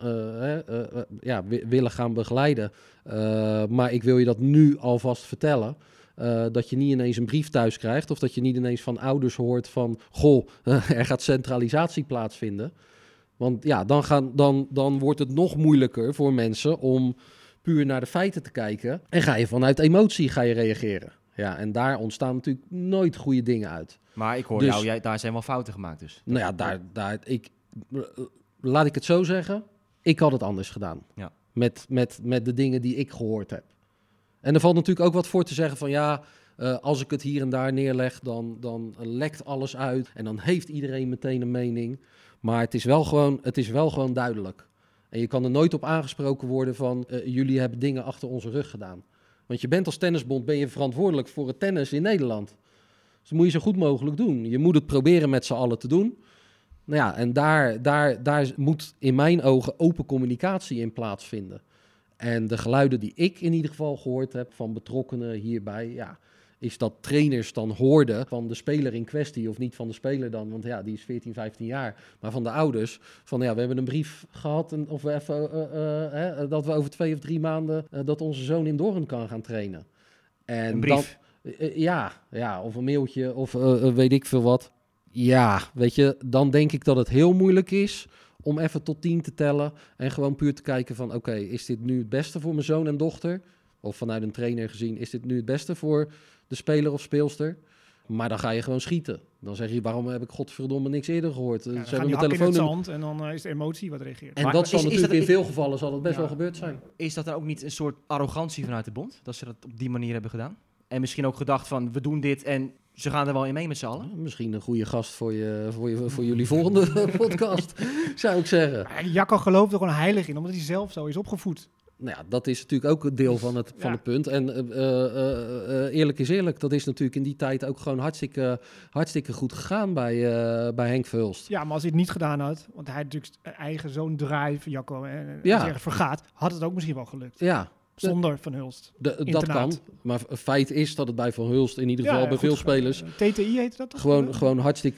willen gaan begeleiden. Maar ik wil je dat nu alvast vertellen. Dat je niet ineens een brief thuis krijgt of dat je niet ineens van ouders hoort van, goh, er gaat centralisatie plaatsvinden. Want ja, dan wordt het nog moeilijker voor mensen om puur naar de feiten te kijken. En ga je vanuit emotie reageren. Ja, en daar ontstaan natuurlijk nooit goede dingen uit. Maar ik hoor jou, daar zijn wel fouten gemaakt dus. Nou ja, laat ik het zo zeggen. Ik had het anders gedaan. Ja. Met de dingen die ik gehoord heb. En er valt natuurlijk ook wat voor te zeggen van ja, als ik het hier en daar neerleg, dan lekt alles uit. En dan heeft iedereen meteen een mening. Maar het is wel gewoon duidelijk. En je kan er nooit op aangesproken worden van jullie hebben dingen achter onze rug gedaan. Want je bent als tennisbond verantwoordelijk voor het tennis in Nederland. Dus dat moet je zo goed mogelijk doen. Je moet het proberen met z'n allen te doen. Nou ja, en daar moet in mijn ogen open communicatie in plaatsvinden. En de geluiden die ik in ieder geval gehoord heb van betrokkenen hierbij, ja, is dat trainers dan hoorden van de speler in kwestie, of niet van de speler dan, want ja, die is 14, 15 jaar, maar van de ouders, van ja, we hebben een brief gehad dat we over 2 of 3 maanden dat onze zoon in Doorn kan gaan trainen. En een brief? Ja, of een mailtje, of weet ik veel wat. Ja, weet je, dan denk ik dat het heel moeilijk is om even tot 10 te tellen en gewoon puur te kijken van oké, is dit nu het beste voor mijn zoon en dochter? Of vanuit een trainer gezien, is dit nu het beste voor de speler of speelster? Maar dan ga je gewoon schieten. Dan zeg je, waarom heb ik godverdomme niks eerder gehoord? Dan gaan die hakken in het zand en dan is de emotie wat reageert. En maar dat zal natuurlijk in veel gevallen zal het best wel gebeurd zijn. Is dat dan ook niet een soort arrogantie vanuit de bond? Dat ze dat op die manier hebben gedaan? En misschien ook gedacht van, we doen dit en ze gaan er wel in mee met z'n allen? Ja, misschien een goede gast voor jullie volgende podcast, zou ik zeggen. Jacco gelooft er gewoon heilig in, omdat hij zelf zo is opgevoed. Nou ja, dat is natuurlijk ook een deel van het punt. En eerlijk is eerlijk, dat is natuurlijk in die tijd ook gewoon hartstikke goed gegaan bij Henk Verhulst. Ja, maar als hij het niet gedaan had, want hij had natuurlijk eigen zo'n drive, Jacco, vergaat, had het ook misschien wel gelukt. Ja. Zonder Van Hulst. Dat kan. Maar feit is dat het bij Van Hulst in ieder geval bij veel spelers TTI heet dat toch? Gewoon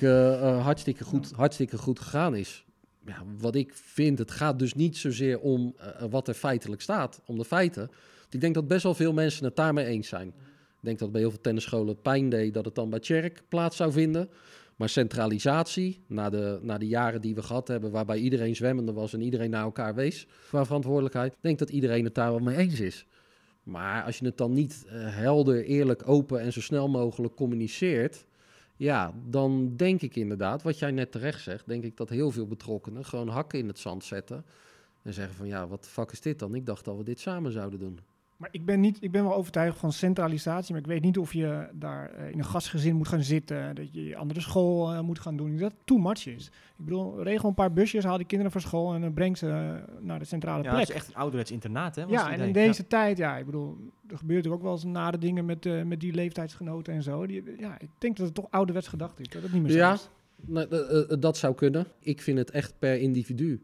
hartstikke goed gegaan is. Ja, wat ik vind, het gaat dus niet zozeer om wat er feitelijk staat, om de feiten. Ik denk dat best wel veel mensen het daarmee eens zijn. Ik denk dat bij heel veel tennisscholen pijn deed dat het dan bij Tjerk plaats zou vinden. Maar centralisatie, na de jaren die we gehad hebben, waarbij iedereen zwemmende was en iedereen naar elkaar wees qua verantwoordelijkheid, ik denk dat iedereen het daar wel mee eens is. Maar als je het dan niet helder, eerlijk, open en zo snel mogelijk communiceert, ja, dan denk ik inderdaad, wat jij net terecht zegt, denk ik dat heel veel betrokkenen gewoon hakken in het zand zetten en zeggen van ja, wat de fuck is dit dan? Ik dacht dat we dit samen zouden doen. Maar ik ben wel overtuigd van centralisatie, maar ik weet niet of je daar in een gastgezin moet gaan zitten, dat je een andere school moet gaan doen. Dat too much is. Ik bedoel, regel een paar busjes, haal die kinderen van school en breng ze naar de centrale plek. Ja, het is echt een ouderwets internaat, hè? Ja, en in deze tijd, ik bedoel, er gebeurt ook wel eens nare dingen met die leeftijdsgenoten en zo. Ik denk dat het toch ouderwets gedacht is, dat het niet meer zo is. Nou, dat zou kunnen. Ik vind het echt per individu.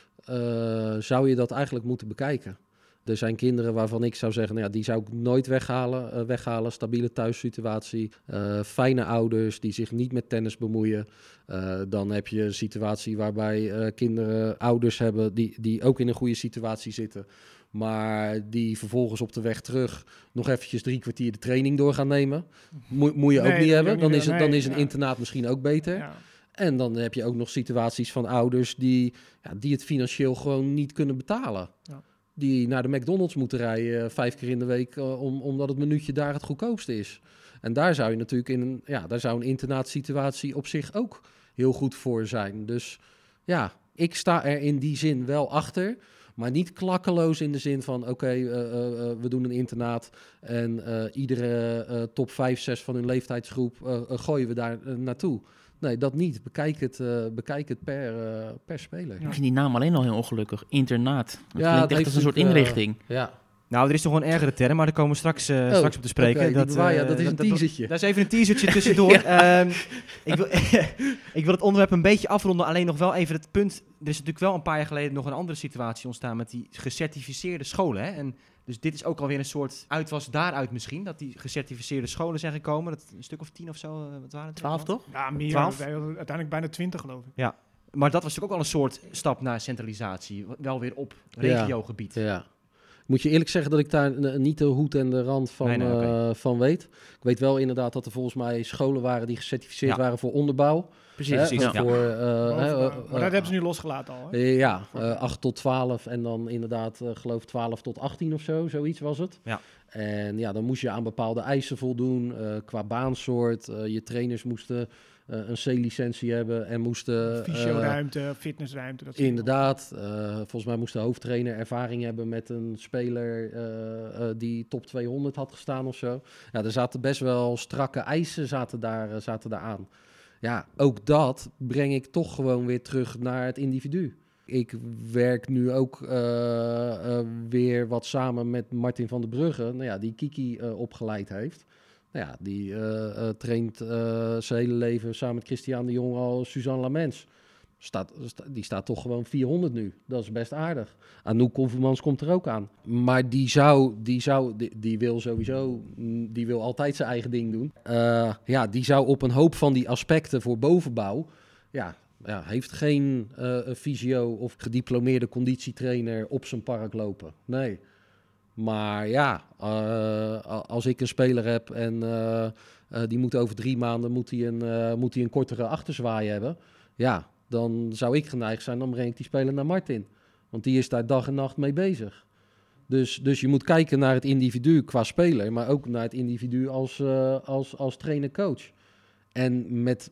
Zou je dat eigenlijk moeten bekijken? Er zijn kinderen waarvan ik zou zeggen, die zou ik nooit weghalen. Stabiele thuissituatie, fijne ouders die zich niet met tennis bemoeien. Dan heb je een situatie waarbij kinderen ouders hebben die ook in een goede situatie zitten. Maar die vervolgens op de weg terug nog eventjes 3 kwartier de training door gaan nemen. Moet je ook niet hebben. Dan is een internaat misschien ook beter. Ja. En dan heb je ook nog situaties van ouders die het financieel gewoon niet kunnen betalen. Ja. Die naar de McDonald's moeten rijden 5 keer in de week, omdat het minuutje daar het goedkoopste is. En daar zou je natuurlijk daar zou een internaatsituatie op zich ook heel goed voor zijn. Dus ja, ik sta er in die zin wel achter, maar niet klakkeloos in de zin van we doen een internaat en iedere top 5, 6 van hun leeftijdsgroep gooien we daar naartoe. Nee, dat niet. Bekijk het per speler. Ik vind die naam alleen al heel ongelukkig. Internaat. Dat klinkt echt als een soort inrichting. Nou, er is nog een ergere term, maar daar komen we straks op te spreken. Okay, dat is een teasertje. Dat is even een teasertje tussendoor. Ik wil het onderwerp een beetje afronden, alleen nog wel even het punt. Er is natuurlijk wel een paar jaar geleden nog een andere situatie ontstaan met die gecertificeerde scholen. Hè? En dus dit is ook alweer een soort uitwas daaruit misschien, dat die gecertificeerde scholen zijn gekomen. Dat een stuk of 10 of zo, wat waren het? 12 toch? Ja, meer. 12? Uiteindelijk bijna 20 geloof ik. Ja, maar dat was natuurlijk ook al een soort stap naar centralisatie, wel weer op regiogebied. Ja. Moet je eerlijk zeggen dat ik daar niet de hoed en de rand van weet. Ik weet wel inderdaad dat er volgens mij scholen waren die gecertificeerd waren voor onderbouw. Precies. Maar dat hebben ze nu losgelaten al. Hè? Ja, 8 tot 12 en dan inderdaad geloof 12 tot 18 of zo, zoiets was het. Ja. En dan moest je aan bepaalde eisen voldoen qua baansoort. Je trainers moesten een C-licentie hebben en moesten... Fysioruimte, fitnessruimte. Dat inderdaad. Volgens mij moest de hoofdtrainer ervaring hebben met een speler die top 200 had gestaan of zo. Ja, er zaten best wel strakke eisen zaten daar aan. Ja, ook dat breng ik toch gewoon weer terug naar het individu. Ik werk nu ook weer wat samen met Martin van der Brugge, die Kiki opgeleid heeft. Die traint zijn hele leven samen met Christian de Jong al Suzanne Lamens. Die staat toch gewoon 400 nu. Dat is best aardig. Anouk Koffermans komt er ook aan. Maar die wil sowieso, die wil altijd zijn eigen ding doen. Die zou op een hoop van die aspecten voor bovenbouw, heeft geen fysio of gediplomeerde conditietrainer op zijn park lopen. Nee. Maar als ik een speler heb en die moet over 3 maanden moet hij een kortere achterzwaai hebben. Ja, dan zou ik geneigd zijn, dan breng ik die speler naar Martin. Want die is daar dag en nacht mee bezig. Dus je moet kijken naar het individu qua speler, maar ook naar het individu als trainer-coach. En met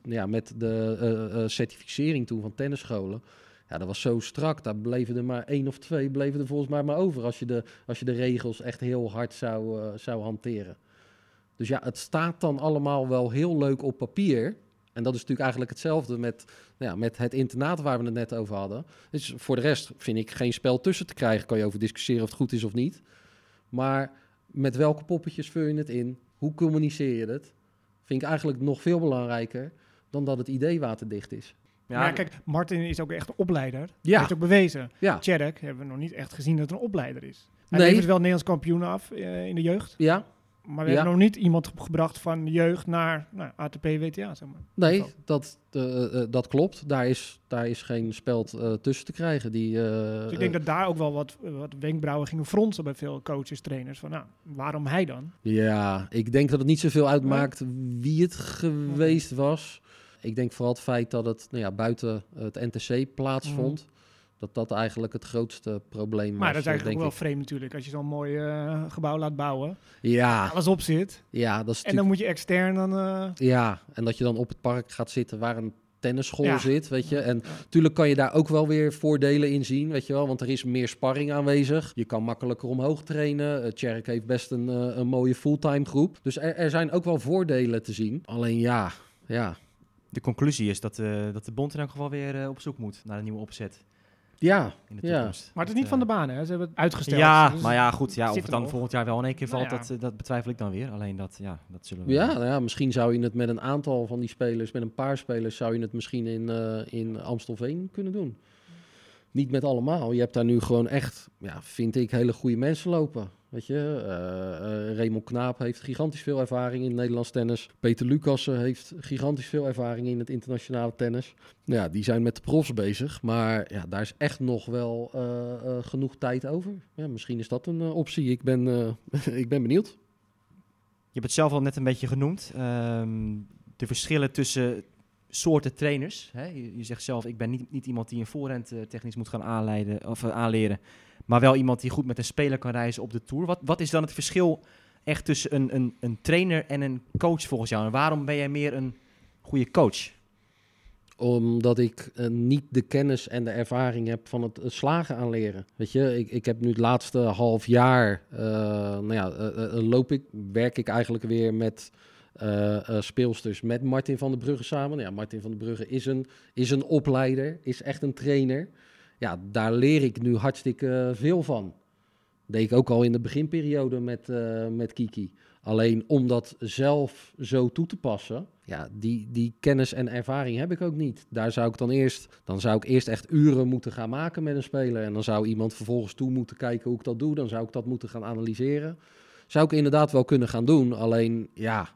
de certificering toen van tennisscholen, dat was zo strak. Daar bleven er maar 1 of 2 bleven er volgens mij maar over als je de regels echt heel hard zou hanteren. Dus het staat dan allemaal wel heel leuk op papier. En dat is natuurlijk eigenlijk hetzelfde met het internaat waar we het net over hadden. Dus voor de rest vind ik geen spel tussen te krijgen. Kan je over discussiëren of het goed is of niet. Maar met welke poppetjes vul je het in? Hoe communiceer je het? Vind ik eigenlijk nog veel belangrijker dan dat het idee waterdicht is. Ja, kijk, Martin is ook echt een opleider. Ja. Hij heeft ook bewezen. Ja. Tjerk hebben we nog niet echt gezien dat het een opleider is. Hij levert wel Nederlands kampioen af in de jeugd. Ja. Maar we hebben nog niet iemand gebracht van jeugd naar ATP WTA, zeg maar. Nee, dat klopt. Daar is geen speld tussen te krijgen. Dus ik denk dat daar ook wel wat wenkbrauwen gingen fronsen bij veel coaches, trainers. Van waarom hij dan? Ja, ik denk dat het niet zoveel uitmaakt wie het geweest was. Ik denk vooral het feit dat het buiten het NTC plaatsvond. Dat eigenlijk het grootste probleem was. Maar dat is eigenlijk ook wel vreemd natuurlijk. Als je zo'n mooi gebouw laat bouwen. Ja. Alles op zit. Ja, dat is en dan moet je extern dan... Ja, en dat je dan op het park gaat zitten waar een tennisschool zit, weet je. En natuurlijk kan je daar ook wel weer voordelen in zien, weet je wel. Want er is meer sparring aanwezig. Je kan makkelijker omhoog trainen. Tjerk heeft best een mooie fulltime groep. Dus er zijn ook wel voordelen te zien. Alleen ja. De conclusie is dat de bond in elk geval weer op zoek moet naar een nieuwe opzet. Ja, in de toekomst. Maar het is niet van de baan, hè? Ze hebben het uitgesteld. Ja, dus maar ja, goed. Ja, of het dan nog volgend jaar wel in één keer valt, dat betwijfel ik dan weer. Alleen dat zullen we... Ja, misschien zou je het met een aantal van die spelers, met een paar spelers, zou je het misschien in Amstelveen kunnen doen. Niet met allemaal. Je hebt daar nu gewoon echt, vind ik, hele goede mensen lopen. Weet je, Raymond Knaap heeft gigantisch veel ervaring in het Nederlands tennis. Peter Lucassen heeft gigantisch veel ervaring in het internationale tennis. Ja, die zijn met de profs bezig, maar daar is echt nog wel genoeg tijd over. Ja, misschien is dat een optie. Ik ben benieuwd. Je hebt het zelf al net een beetje genoemd. De verschillen tussen soorten trainers. Hè? Je zegt zelf, ik ben niet iemand die een voorhand technisch moet gaan aanleren. Maar wel iemand die goed met een speler kan reizen op de Tour. Wat is dan het verschil echt tussen een trainer en een coach volgens jou? En waarom ben jij meer een goede coach? Omdat ik niet de kennis en de ervaring heb van het slagen aanleren. Weet je, ik heb nu het laatste half jaar, werk ik eigenlijk weer met speelsters met Martin van der Brugge samen. Ja, Martin van der Brugge is een opleider, is echt een trainer. Ja, daar leer ik nu hartstikke veel van. Deed ik ook al in de beginperiode met Kiki. Alleen om dat zelf zo toe te passen, die kennis en ervaring heb ik ook niet. Daar zou ik eerst echt uren moeten gaan maken met een speler. En dan zou iemand vervolgens toe moeten kijken hoe ik dat doe. Dan zou ik dat moeten gaan analyseren. Zou ik inderdaad wel kunnen gaan doen. Alleen,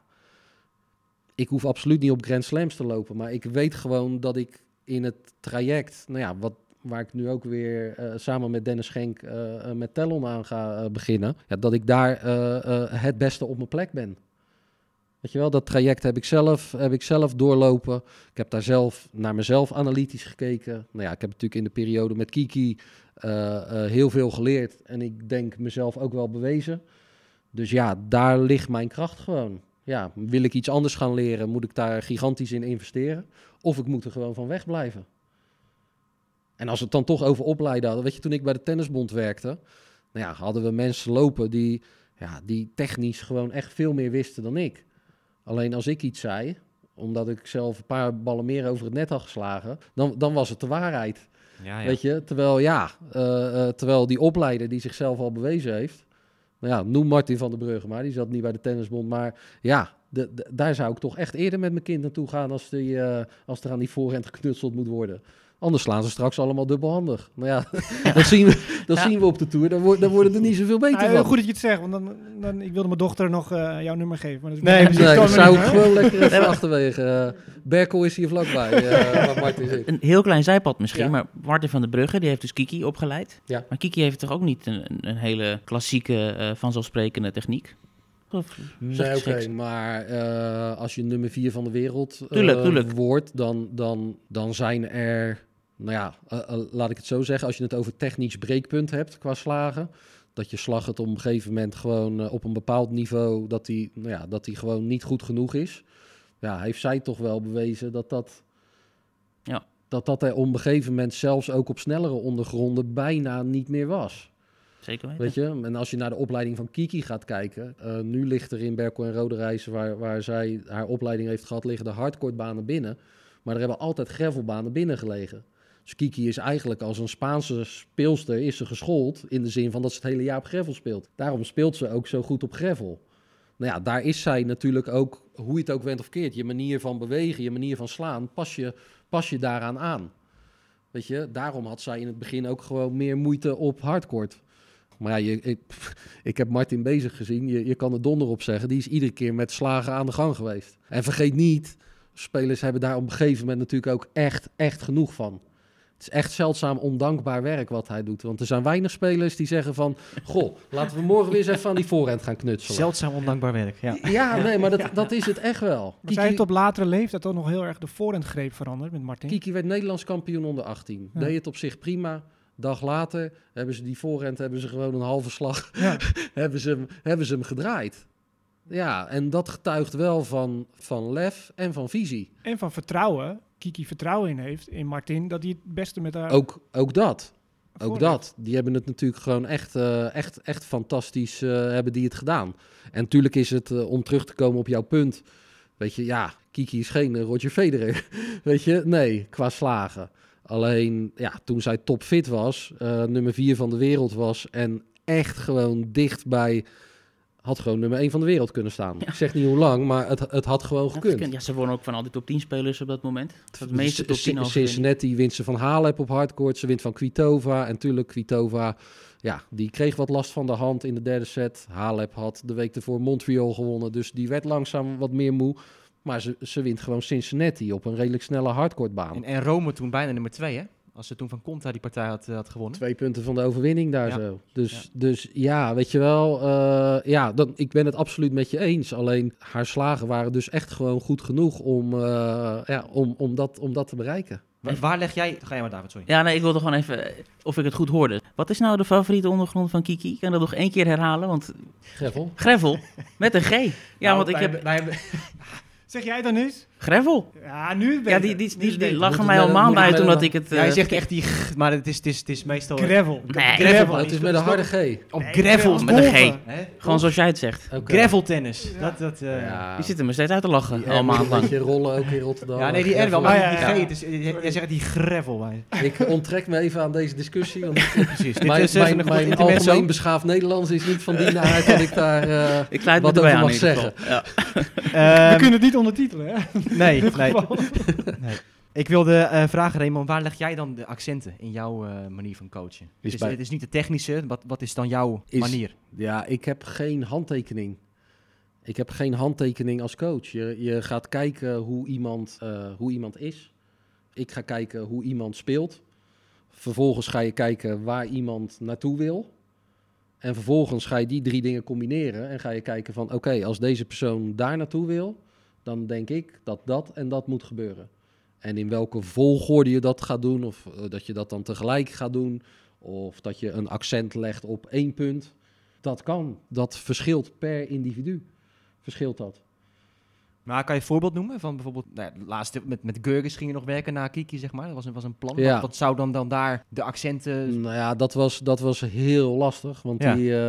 ik hoef absoluut niet op Grand Slams te lopen. Maar ik weet gewoon dat ik in het traject, waar ik nu ook weer samen met Dennis Schenk met Tellon aan ga beginnen, dat ik daar het beste op mijn plek ben. Weet je wel, dat traject heb ik zelf doorlopen. Ik heb daar zelf naar mezelf analytisch gekeken. Ik heb natuurlijk in de periode met Kiki heel veel geleerd. En ik denk mezelf ook wel bewezen. Dus daar ligt mijn kracht gewoon. Ja, wil ik iets anders gaan leren, moet ik daar gigantisch in investeren. Of ik moet er gewoon van wegblijven. En als we het dan toch over opleiden hadden, weet je, toen ik bij de Tennisbond werkte, hadden we mensen lopen die technisch gewoon echt veel meer wisten dan ik. Alleen als ik iets zei, omdat ik zelf een paar ballen meer over het net had geslagen, dan was het de waarheid. Ja. Weet je, terwijl die opleider die zichzelf al bewezen heeft, noem Martin van der Brugge maar, die zat niet bij de Tennisbond, maar daar zou ik toch echt eerder met mijn kind naartoe gaan als er aan die voorhand geknutseld moet worden. Anders slaan ze straks allemaal dubbelhandig. Dat zien we op de Tour. Dan worden er niet zoveel beter van. Goed dat je het zegt, want dan ik wilde mijn dochter nog jouw nummer geven. Maar dat zou ik gewoon lekker even achterwege. Berkel is hier vlakbij, waar Martin zit. Een heel klein zijpad misschien, maar Martin van der Brugge, die heeft dus Kiki opgeleid. Ja. Maar Kiki heeft toch ook niet een hele klassieke, vanzelfsprekende techniek? Nee, oké, maar als je nummer 4 van de wereld wordt, dan zijn er, laat ik het zo zeggen, als je het over technisch breekpunt hebt qua slagen, dat je slag het op een gegeven moment gewoon op een bepaald niveau, dat die gewoon niet goed genoeg is. Ja, heeft zij toch wel bewezen dat er op een gegeven moment zelfs ook op snellere ondergronden bijna niet meer was. Zeker weten. Weet je, en als je naar de opleiding van Kiki gaat kijken, nu ligt er in Berkel en Roderijs, waar zij haar opleiding heeft gehad, liggen de hardcourtbanen binnen. Maar er hebben altijd gravelbanen binnen gelegen. Dus Kiki is eigenlijk als een Spaanse speelster is ze geschoold in de zin van dat ze het hele jaar op gravel speelt. Daarom speelt ze ook zo goed op gravel. Daar is zij natuurlijk ook, hoe je het ook went of keert, je manier van bewegen, je manier van slaan, pas je daaraan aan. Weet je, daarom had zij in het begin ook gewoon meer moeite op hardcourt. Maar ik heb Martin bezig gezien. Je kan er donder op zeggen. Die is iedere keer met slagen aan de gang geweest. En vergeet niet, spelers hebben daar op een gegeven moment natuurlijk ook echt genoeg van. Het is echt zeldzaam ondankbaar werk wat hij doet. Want er zijn weinig spelers die zeggen van, goh, laten we morgen weer eens even aan die voorhand gaan knutselen. Zeldzaam ondankbaar werk, ja. Ja, nee, maar dat is het echt wel. Maar zij heeft op latere leeftijd toch nog heel erg de voorhandgreep veranderd met Martin. Kiki werd Nederlands kampioen onder 18. Ja. Deed het op zich prima. Dag later hebben ze die voorhand gewoon een halve slag hebben ze hem gedraaid. Ja, en dat getuigt wel van lef en van visie. En van vertrouwen Kiki vertrouwen in heeft, in Martin, dat hij het beste met haar... Ook dat. Die hebben het natuurlijk gewoon echt fantastisch hebben die het gedaan. En natuurlijk is het, om terug te komen op jouw punt, weet je, ja, Kiki is geen Roger Federer, weet je, nee, qua slagen. Alleen, ja, toen zij topfit was, nummer 4 van de wereld was en echt gewoon dichtbij, had gewoon nummer 1 van de wereld kunnen staan. Ja. Ik zeg niet hoe lang, maar het had gewoon gekund. Ja, ze wonnen ook van al die top 10 spelers op dat moment. Het meeste top 10 Cincinnati wint ze van Halep op hardcourt, ze wint van Kvitova. En natuurlijk, Kvitova, ja, die kreeg wat last van de hand in de derde set. Halep had de week ervoor Montreal gewonnen, dus die werd langzaam wat meer moe. Maar ze wint gewoon Cincinnati op een redelijk snelle hardcourtbaan. En Rome toen bijna nummer 2, hè? Als ze toen van Conta die partij had gewonnen. 2 punten van de overwinning daar zo. Dus ja, weet je wel. Ik ben het absoluut met je eens. Alleen haar slagen waren dus echt gewoon goed genoeg om dat te bereiken. Waar leg jij... Ga jij maar, David, sorry. Ja, nee, ik wilde gewoon even of ik het goed hoorde. Wat is nou de favoriete ondergrond van Kiki? Ik kan dat nog 1 keer herhalen, want... Gravel. Met een G. Ja, want ik heb... Zeg jij dan eens? Gravel. Ja, nu ben ja, die lachen mij al maanden uit omdat ik het... Ja, je zegt echt die... Maar het is meestal... Gravel. Nee, gravel. Het is met een harde G. Op gravel. Met een G. Gewoon zoals jij het zegt. Okay. Gravel tennis. Ja. Die zitten me steeds uit te lachen. Al maand lang. Je rollen ook in Rotterdam. Ja, nee, die R wel. Maar die G, jij zegt die gravel. Ik onttrek me even aan deze discussie. Want precies. Mijn algemeen beschaafd Nederlands is niet van die aard dat ik daar wat over mag zeggen. We kunnen het niet ondertitelen, hè? Nee. Ik wilde vragen, Raymond, waar leg jij dan de accenten in jouw manier van coachen? Het is niet de technische, wat is dan jouw manier? Ja, ik heb geen handtekening. Ik heb geen handtekening als coach. Je gaat kijken hoe iemand is. Ik ga kijken hoe iemand speelt. Vervolgens ga je kijken waar iemand naartoe wil. En vervolgens ga je die 3 dingen combineren en ga je kijken van oké, als deze persoon daar naartoe wil, dan denk ik dat en dat moet gebeuren. En in welke volgorde je dat gaat doen, of dat je dat dan tegelijk gaat doen, of dat je een accent legt op 1 punt, dat kan. Dat verschilt per individu. Verschilt dat. Maar kan je een voorbeeld noemen van bijvoorbeeld, laatst met Görges ging je nog werken na Kiki, zeg maar. Dat was een plan. Ja. Wat zou dan daar de accenten... Nou ja, dat was heel lastig, want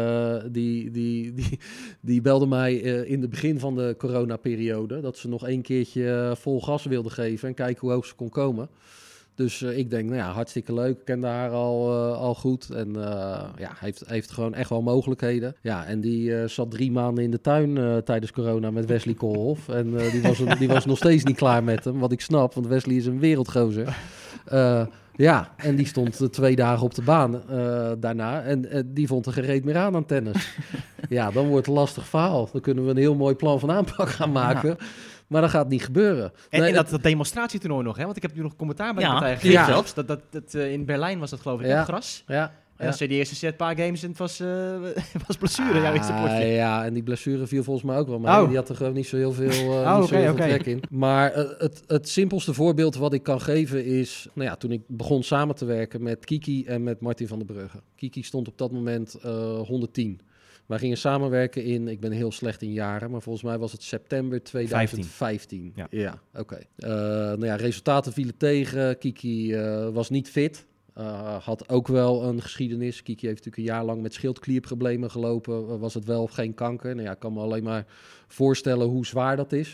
die belde mij in het begin van de coronaperiode, dat ze nog 1 keertje vol gas wilde geven en kijken hoe hoog ze kon komen. Dus ik denk, hartstikke leuk. Ik kende haar al goed. En heeft gewoon echt wel mogelijkheden. Ja, en die zat 3 maanden in de tuin tijdens corona met Wesley Koolhof. En die was nog steeds niet klaar met hem. Wat ik snap, want Wesley is een wereldgozer. En die stond 2 dagen op de baan daarna. En die vond er geen reet meer aan tennis. Ja, dan wordt het een lastig verhaal. Dan kunnen we een heel mooi plan van aanpak gaan maken. Ja. Maar dat gaat niet gebeuren. En dat demonstratietoernooi nog, hè? Want ik heb nu nog commentaar bij de partij gegeven zelfs. Dat in Berlijn was dat geloof ik, op gras. Ja. En als je die eerste set, paar games en het was blessure, jouw eerste potje. Ja, en die blessure viel volgens mij ook wel mee. Die had er gewoon niet zo heel veel trek in. Maar het simpelste voorbeeld wat ik kan geven is, toen ik begon samen te werken met Kiki en met Martin van der Brugge. Kiki stond op dat moment 110. Wij gingen samenwerken ik ben heel slecht in jaren, maar volgens mij was het september 2015. Ja, oké. Resultaten vielen tegen. Kiki was niet fit. Had ook wel een geschiedenis. Kiki heeft natuurlijk een jaar lang met schildklierproblemen gelopen. Was het wel of geen kanker? Ik kan me alleen maar voorstellen hoe zwaar dat is.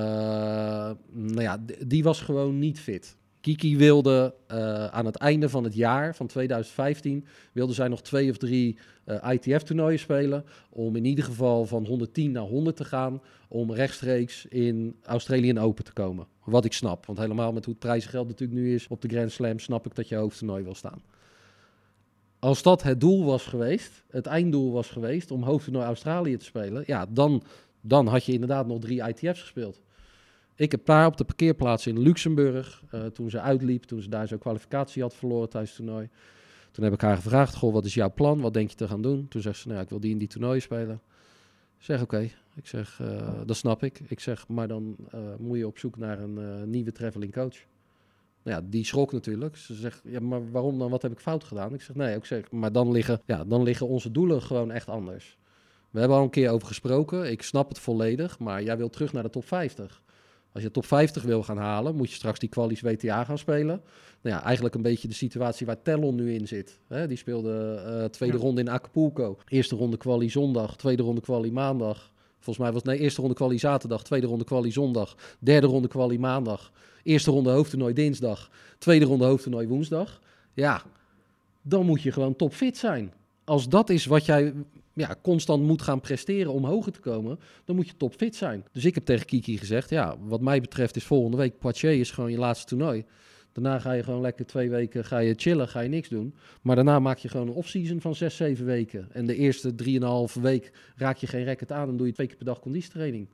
Die was gewoon niet fit. Kiki wilde aan het einde van het jaar, van 2015, wilde zij nog 2 of 3 ITF-toernooien spelen. Om in ieder geval van 110 naar 100 te gaan. Om rechtstreeks in Australian Open te komen. Wat ik snap. Want helemaal met hoe het prijzengeld natuurlijk nu is op de Grand Slam, snap ik dat je hoofdtoernooi wil staan. Als dat het doel was geweest, het einddoel was geweest om hoofdtoernooi Australië te spelen, dan had je inderdaad nog 3 ITF's gespeeld. Ik heb daar op de parkeerplaats in Luxemburg, toen ze uitliep, toen ze daar zo'n kwalificatie had verloren tijdens het toernooi. Toen heb ik haar gevraagd, wat is jouw plan? Wat denk je te gaan doen? Toen zegt ze, ik wil die in die toernooi spelen. Ik zeg, oké. Ik zeg, dat snap ik. Ik zeg, maar dan moet je op zoek naar een nieuwe traveling coach. Die schrok natuurlijk. Ze zegt, maar waarom dan? Wat heb ik fout gedaan? Ik zeg, nee. Ik zeg, maar dan liggen onze doelen gewoon echt anders. We hebben al een keer over gesproken. Ik snap het volledig, maar jij wilt terug naar de top 50. Als je top 50 wil gaan halen, moet je straks die kwalies WTA gaan spelen. Nou ja, eigenlijk een beetje de situatie waar Tellon nu in zit. Hè, die speelde tweede ronde in Acapulco. Eerste ronde kwalie zondag, tweede ronde kwalie maandag. Volgens mij was het eerste ronde kwalie zaterdag, tweede ronde kwalie zondag, derde ronde kwalie maandag. Eerste ronde hoofdtoernooi dinsdag, tweede ronde hoofdtoernooi woensdag. Ja, dan moet je gewoon topfit zijn. Als dat is wat jij constant moet gaan presteren om hoger te komen, dan moet je topfit zijn. Dus ik heb tegen Kiki gezegd, ja, wat mij betreft is volgende week Poitiers is gewoon je laatste toernooi. Daarna ga je gewoon lekker 2 weken ga je chillen, ga je niks doen. Maar daarna maak je gewoon een off-season van 6-7 weken. En de eerste 3,5 week raak je geen racket aan en doe je 2 keer per dag conditietraining.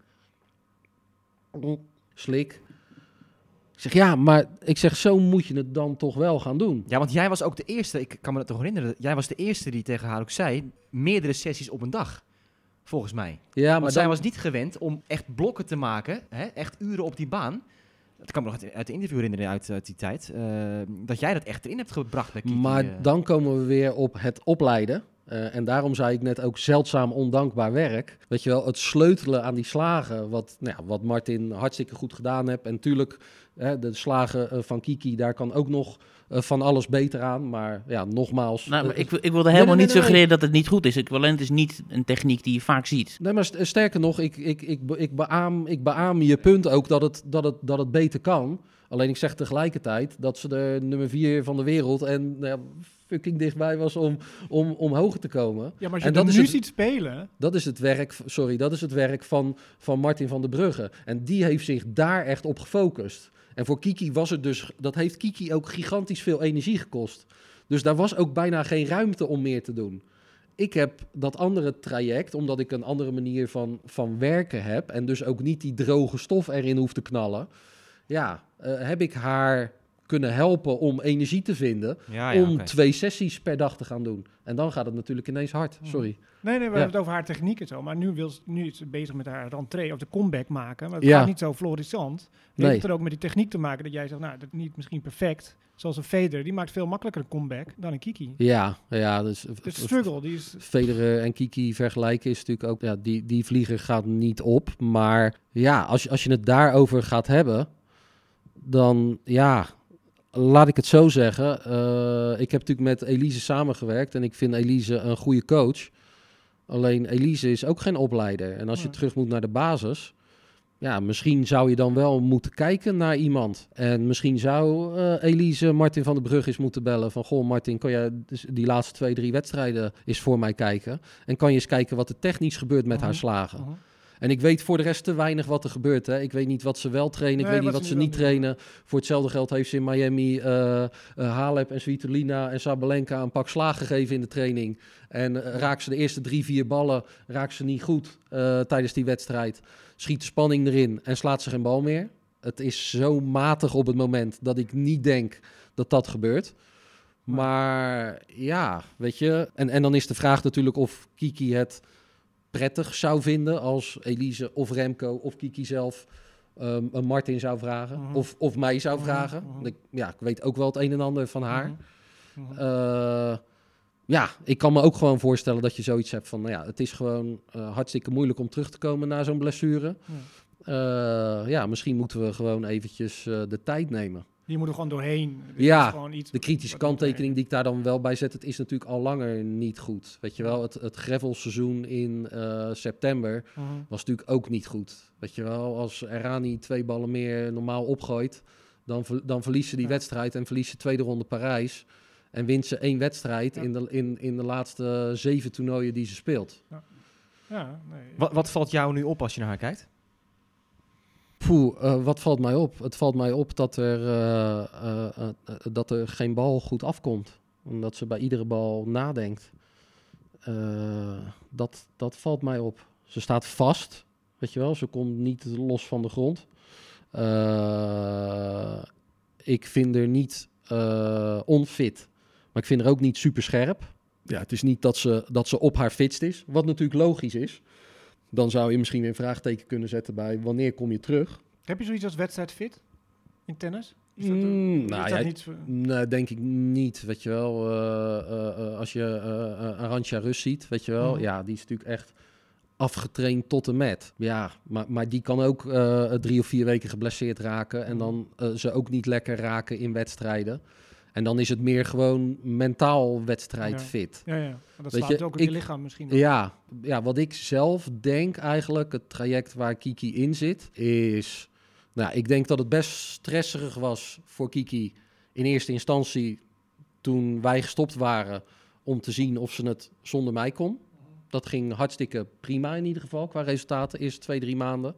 Slik. Ik zeg, ja, maar zo moet je het dan toch wel gaan doen. Ja, want jij was ook de eerste, ik kan me dat toch herinneren, jij was de eerste die tegen haar ook zei, meerdere sessies op een dag, volgens mij. Ja, want zij was niet gewend om echt blokken te maken, hè, echt uren op die baan. Dat kan me nog uit de interview herinneren uit die tijd, dat jij dat echt erin hebt gebracht bij Kiki. Maar dan komen we weer op het opleiden. En daarom zei ik net ook zeldzaam ondankbaar werk. Weet je wel, het sleutelen aan die slagen, wat Martin hartstikke goed gedaan heeft. En natuurlijk, de slagen van Kiki, daar kan ook nog van alles beter aan. Maar ja, nogmaals... Nou, maar ik wilde helemaal niet suggereren dat het niet goed is. Equivalent is niet een techniek die je vaak ziet. Nee, maar sterker nog, ik beaam je punt ook dat het beter kan. Alleen ik zeg tegelijkertijd dat ze de nummer 4 van de wereld en fucking dichtbij was om hoger te komen. Ja, maar als je dat nu ziet spelen... Dat is het werk van Martin van der Brugge. En die heeft zich daar echt op gefocust. En voor Kiki was het dus... Dat heeft Kiki ook gigantisch veel energie gekost. Dus daar was ook bijna geen ruimte om meer te doen. Ik heb dat andere traject, omdat ik een andere manier van werken heb... en dus ook niet die droge stof erin hoef te knallen... Ja, heb ik haar kunnen helpen om energie te vinden... om 2 sessies per dag te gaan doen. En dan gaat het natuurlijk ineens hard. Sorry. Nee, we hebben het over haar techniek en zo. Maar nu is ze bezig met haar rentree of de comeback maken. Maar het gaat niet zo florissant. Heeft het er ook met die techniek te maken dat jij zegt... nou, dat niet misschien perfect... Zoals een Federer, die maakt veel makkelijker een comeback dan een Kiki. Ja, dus de struggle, die is... Federer en Kiki vergelijken is natuurlijk ook... Ja, die vlieger gaat niet op. Maar ja, als je het daarover gaat hebben... dan laat ik het zo zeggen. Ik heb natuurlijk met Elise samengewerkt en ik vind Elise een goede coach. Alleen Elise is ook geen opleider. En als je terug moet naar de basis... Ja, misschien zou je dan wel moeten kijken naar iemand. En misschien zou Elise Martin van der Brug eens moeten bellen. Van, goh Martin, kan jij die laatste 2-3 wedstrijden eens voor mij kijken? En kan je eens kijken wat er technisch gebeurt met haar slagen? En ik weet voor de rest te weinig wat er gebeurt. Hè. Ik weet niet wat ze wel trainen. Ik weet niet wat ze niet trainen. Voor hetzelfde geld heeft ze in Miami Halep en Svitolina en Sabalenka een pak slaag gegeven in de training. En raakt ze de eerste 3-4 ballen raakt ze niet goed tijdens die wedstrijd. Schiet de spanning erin en slaat ze geen bal meer. Het is zo matig op het moment dat ik niet denk dat dat gebeurt. Maar ja, weet je. En dan is de vraag natuurlijk of Kiki het prettig zou vinden als Elise of Remco of Kiki zelf Martin zou vragen. Of mij zou vragen. Ik weet ook wel het een en ander van haar. Ik kan me ook gewoon voorstellen dat je zoiets hebt van... het is gewoon hartstikke moeilijk om terug te komen na zo'n blessure. Misschien moeten we gewoon eventjes de tijd nemen. Die moeten gewoon doorheen. De kritische kanttekening die ik daar dan wel bij zet... het is natuurlijk al langer niet goed. Weet je wel, het gravelseizoen in september was natuurlijk ook niet goed. Weet je wel, als Errani 2 ballen meer normaal opgooit... dan verliest ze die wedstrijd en verliest ze tweede ronde Parijs... En wint ze 1 wedstrijd in de laatste 7 toernooien die ze speelt. Wat valt jou nu op als je naar haar kijkt? Wat valt mij op? Het valt mij op dat er geen bal goed afkomt. Omdat ze bij iedere bal nadenkt. Dat valt mij op. Ze staat vast, weet je wel. Ze komt niet los van de grond. Ik vind haar niet onfit. Maar ik vind haar ook niet super scherp. Ja, het is niet dat ze op haar fitst is. Wat natuurlijk logisch is. Dan zou je misschien weer een vraagteken kunnen zetten bij wanneer kom je terug. Heb je zoiets als wedstrijdfit in tennis? Nee, denk ik niet. Weet je wel, als je Arantxa Rus ziet, weet je wel. Ja, die is natuurlijk echt afgetraind tot en met. Ja, maar die kan ook 3 of 4 weken geblesseerd raken en dan ze ook niet lekker raken in wedstrijden. En dan is het meer gewoon mentaal wedstrijdfit. Ja. Dat slaat ook op je lichaam misschien. Ja, wat ik zelf denk eigenlijk, het traject waar Kiki in zit, is... Nou, ik denk dat het best stresserig was voor Kiki in eerste instantie toen wij gestopt waren om te zien of ze het zonder mij kon. Dat ging hartstikke prima in ieder geval qua resultaten, eerste 2-3 maanden.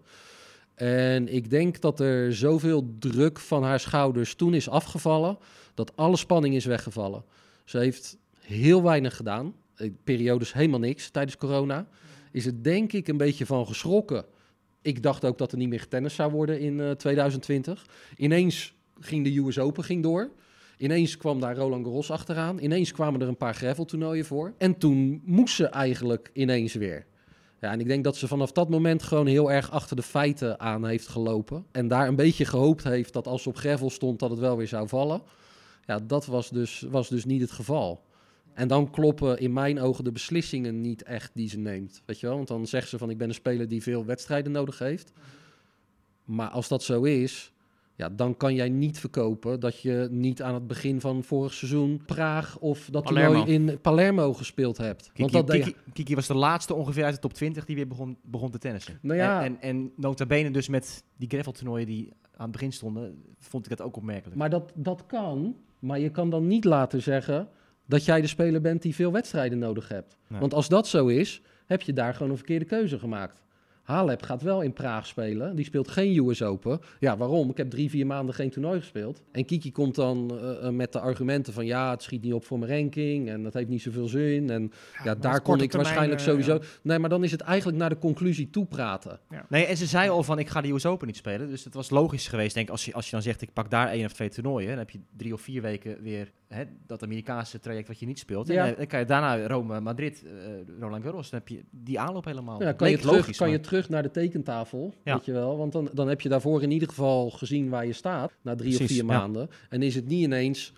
En ik denk dat er zoveel druk van haar schouders toen is afgevallen, dat alle spanning is weggevallen. Ze heeft heel weinig gedaan, periodes helemaal niks tijdens corona. Is het denk ik een beetje van geschrokken. Ik dacht ook dat er niet meer getennist zou worden in 2020. Ineens ging de US Open door. Ineens kwam daar Roland Garros achteraan. Ineens kwamen er een paar graveltoernooien voor. En toen moest ze eigenlijk ineens weer. Ja, en ik denk dat ze vanaf dat moment gewoon heel erg achter de feiten aan heeft gelopen. En daar een beetje gehoopt heeft dat als ze op gravel stond, dat het wel weer zou vallen. Ja, dat was dus niet het geval. En dan kloppen in mijn ogen de beslissingen niet echt die ze neemt. Weet je wel? Want dan zegt ze van ik ben een speler die veel wedstrijden nodig heeft. Maar als dat zo is, ja, dan kan jij niet verkopen dat je niet aan het begin van vorig seizoen Praag of dat toernooi in Palermo gespeeld hebt. Kiki was de laatste ongeveer uit de top 20 die weer begon te tennissen. Nou ja, en nota bene dus met die graveltoernooien die aan het begin stonden, vond ik dat ook opmerkelijk. Maar dat kan, maar je kan dan niet laten zeggen dat jij de speler bent die veel wedstrijden nodig hebt. Nee. Want als dat zo is, heb je daar gewoon een verkeerde keuze gemaakt. Halep gaat wel in Praag spelen. Die speelt geen US Open. Ja, waarom? Ik heb 3-4 maanden geen toernooi gespeeld. En Kiki komt dan met de argumenten van ja, het schiet niet op voor mijn ranking en dat heeft niet zoveel zin. En ja daar kon ik waarschijnlijk sowieso... Ja. Nee, maar dan is het eigenlijk naar de conclusie toepraten. Ja. Nee, en ze zei al van ik ga de US Open niet spelen. Dus het was logisch geweest, denk ik, als je dan zegt ik pak daar 1 of 2 toernooien. Dan heb je 3 of 4 weken weer dat Amerikaanse traject wat je niet speelt. Ja. En dan kan je daarna Rome, Madrid, Roland Garros. Dan heb je die aanloop helemaal. Ja, kan je terug naar de tekentafel, weet je wel. Want dan heb je daarvoor in ieder geval gezien waar je staat, na 3 of 4 maanden. Ja. En is het niet ineens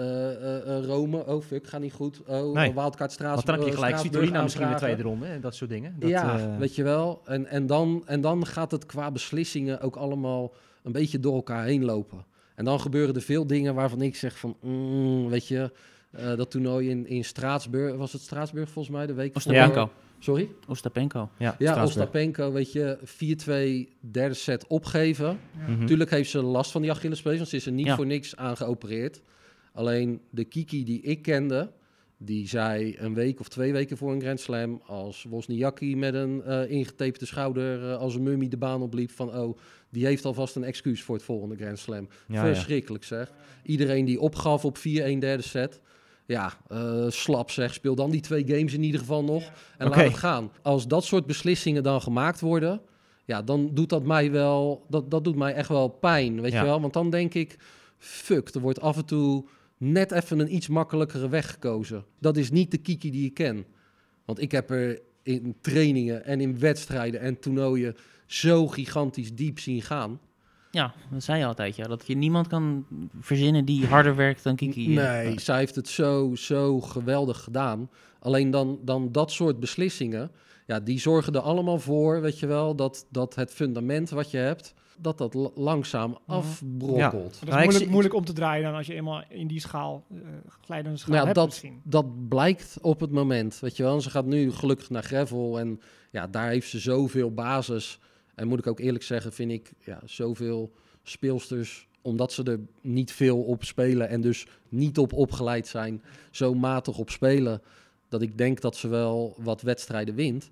Rome, oh fuck, gaat niet goed. Oh, nee. Wildcard Straatsburg. Want dan heb je gelijk Svitolina misschien in de tweede ronde en dat soort dingen. Dat, weet je wel. En dan gaat het qua beslissingen ook allemaal een beetje door elkaar heen lopen. En dan gebeuren er veel dingen waarvan ik zeg van, weet je, dat toernooi in Straatsburg, was het Straatsburg volgens mij, de week Ostapenko. Sorry? Ostapenko. Ja, Ostapenko, weet je, 4-2, derde set opgeven. Ja. Tuurlijk heeft ze last van die Achillespees, want ze is er niet voor niks aan geopereerd. Alleen de Kiki die ik kende, die zei een week of 2 weken voor een Grand Slam, als Wozniacki met een ingetapte schouder als een mummie de baan opliep, van oh, die heeft alvast een excuus voor het volgende Grand Slam. Ja, verschrikkelijk zeg. Iedereen die opgaf op 4-1 derde set, ja, slap zeg, speel dan die 2 games in ieder geval nog en laat het gaan. Als dat soort beslissingen dan gemaakt worden, ja, dan doet dat mij wel, dat doet mij echt wel pijn, weet je wel. Want dan denk ik, fuck, er wordt af en toe net even een iets makkelijkere weg gekozen. Dat is niet de Kiki die ik ken. Want ik heb er in trainingen en in wedstrijden en toernooien zo gigantisch diep zien gaan. Ja, dat zei je altijd, ja. Dat je niemand kan verzinnen die harder werkt dan Kiki. Nee, zij heeft het zo geweldig gedaan. Alleen dan dat soort beslissingen, ja, die zorgen er allemaal voor, weet je wel, dat het fundament wat je hebt, dat langzaam afbrokkelt. Ja. Dat is moeilijk om te draaien dan als je eenmaal in die glijdende schaal hebt misschien. Dat blijkt op het moment, weet je wel. En ze gaat nu gelukkig naar gravel en ja, daar heeft ze zoveel basis. En moet ik ook eerlijk zeggen, vind ik zoveel speelsters, omdat ze er niet veel op spelen en dus niet op opgeleid zijn, zo matig op spelen, dat ik denk dat ze wel wat wedstrijden wint.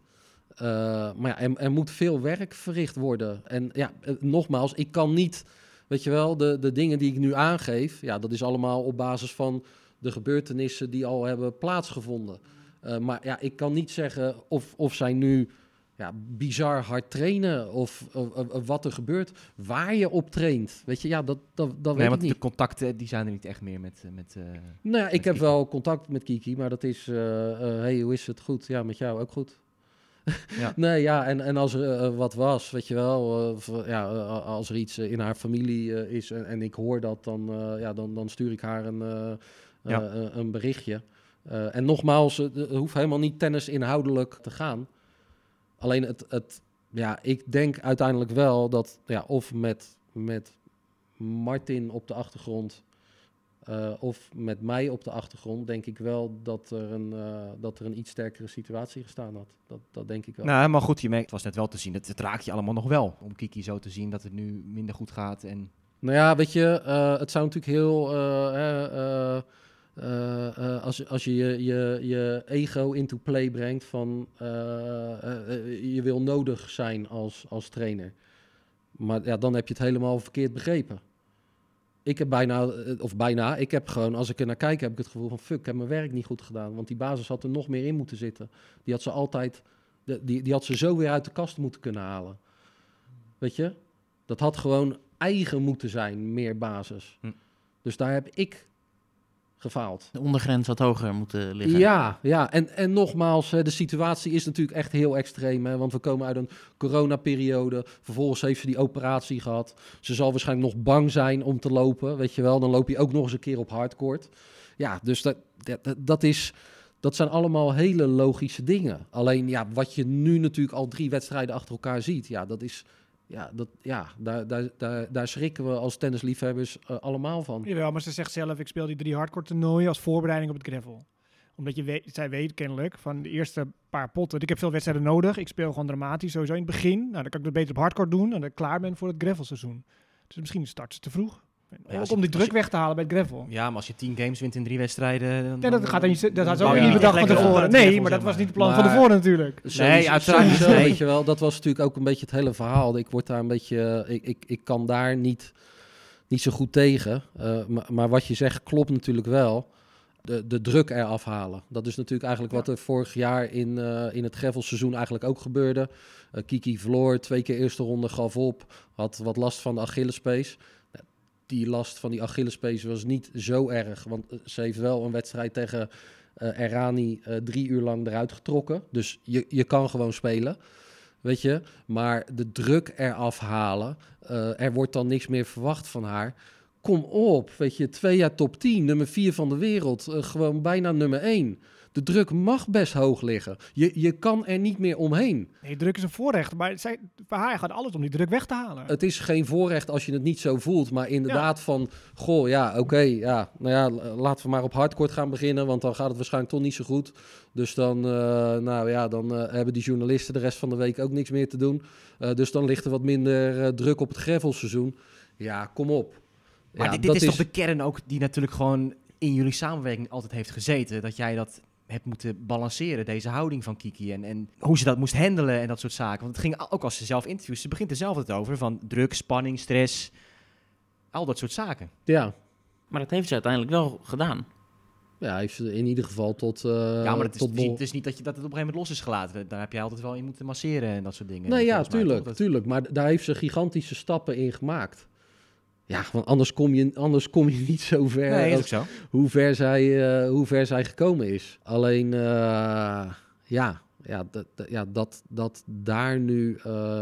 Maar ja, er moet veel werk verricht worden. En ja, nogmaals, ik kan niet, weet je wel, de dingen die ik nu aangeef, ja, dat is allemaal op basis van de gebeurtenissen die al hebben plaatsgevonden. Maar ja, ik kan niet zeggen of zij nu bizar hard trainen of wat er gebeurt, waar je op traint. Weet je, ja, dat weet ik niet. De contacten, die zijn er niet echt meer met nou ja, ik heb wel contact met Kiki, maar dat is, hey, hoe is het? Goed? Ja, met jou ook goed. Ja. Nee, ja, en als er wat was, weet je wel, als er iets in haar familie is en ik hoor dat, dan stuur ik haar een berichtje. En nogmaals, het hoeft helemaal niet tennis inhoudelijk te gaan. Alleen ik denk uiteindelijk wel dat of met Martin op de achtergrond of met mij op de achtergrond, denk ik wel dat er een iets sterkere situatie gestaan had. Dat denk ik wel. Nou, maar goed, je merkt, het was net wel te zien. Het raakt je allemaal nog wel. Om Kiki zo te zien dat het nu minder goed gaat. En... Nou ja, weet je, het zou natuurlijk heel... als je je ego into play brengt van... je wil nodig zijn als trainer. Maar ja, dan heb je het helemaal verkeerd begrepen. Ik heb gewoon, als ik er naar kijk, heb ik het gevoel van... fuck, ik heb mijn werk niet goed gedaan. Want die basis had er nog meer in moeten zitten. Die had ze altijd... Die had ze zo weer uit de kast moeten kunnen halen. Weet je? Dat had gewoon eigen moeten zijn, meer basis. Dus daar heb ik gefaald. De ondergrens had hoger moeten liggen. Ja. En nogmaals, de situatie is natuurlijk echt heel extreem. Hè, want we komen uit een coronaperiode. Vervolgens heeft ze die operatie gehad. Ze zal waarschijnlijk nog bang zijn om te lopen. Weet je wel, dan loop je ook nog eens een keer op hardcourt. Ja, dus dat zijn allemaal hele logische dingen. Alleen, ja, wat je nu natuurlijk al 3 wedstrijden achter elkaar ziet... ja, dat is... daar schrikken we als tennisliefhebbers allemaal van. Jawel, maar ze zegt zelf, ik speel die 3 hardcore toernooien als voorbereiding op het gravel. Omdat zij weet kennelijk van de eerste paar potten, ik heb veel wedstrijden nodig, ik speel gewoon dramatisch sowieso in het begin. Nou, dan kan ik dat beter op hardcore doen en dan ik klaar ben voor het gravelseizoen. Dus misschien start ze te vroeg. Ja, ook om die druk weg te halen bij het gravel. Ja, maar als je 10 games wint in 3 wedstrijden... Ja, dat gaat niet. Dat had ze Ja, ook ja. niet bedacht van Lekker tevoren. op, Nee, gravel, maar dat zeg was maar. niet het plan Maar- van tevoren natuurlijk. Nee, uiteraard niet. Nee. Weet je wel, dat was natuurlijk ook een beetje het hele verhaal. Ik word daar een beetje... Ik kan daar niet zo goed tegen. Maar wat je zegt klopt natuurlijk wel. De druk eraf halen. Dat is natuurlijk eigenlijk wat er vorig jaar in het gravelseizoen eigenlijk ook gebeurde. Kiki verloor, 2 keer eerste ronde, gaf op. Had wat last van de Achillespees. Die last van die Achillespees was niet zo erg. Want ze heeft wel een wedstrijd tegen Errani 3 uur lang eruit getrokken. Dus je kan gewoon spelen. Weet je? Maar de druk eraf halen. Er wordt dan niks meer verwacht van haar. Kom op, weet je, 2 jaar top 10, nummer 4 van de wereld, gewoon bijna nummer 1. De druk mag best hoog liggen. Je kan er niet meer omheen. Nee, druk is een voorrecht, maar voor haar gaat alles om die druk weg te halen. Het is geen voorrecht als je het niet zo voelt, maar inderdaad van, goh, ja, oké, laten we maar op hardcourt gaan beginnen, want dan gaat het waarschijnlijk toch niet zo goed. Dus dan, dan hebben die journalisten de rest van de week ook niks meer te doen. Dus dan ligt er wat minder druk op het gravelseizoen. Ja, kom op. Maar Ja, dit is toch de kern ook die natuurlijk gewoon in jullie samenwerking altijd heeft gezeten. Dat jij dat hebt moeten balanceren, deze houding van Kiki. En hoe ze dat moest handelen en dat soort zaken. Want het ging ook als ze zelf interviewt. Ze begint er zelf het over van druk, spanning, stress. Al dat soort zaken. Ja. Maar dat heeft ze uiteindelijk wel gedaan. Ja, heeft ze in ieder geval tot... ja, maar het is niet dat het op een gegeven moment los is gelaten. Daar heb jij altijd wel in moeten masseren en dat soort dingen. Nee, ja, Volgens mij, tuurlijk. Maar daar heeft ze gigantische stappen in gemaakt. Ja, want anders kom je niet zo ver nee, is als ook zo. hoe ver zij gekomen is. Alleen, dat daar nu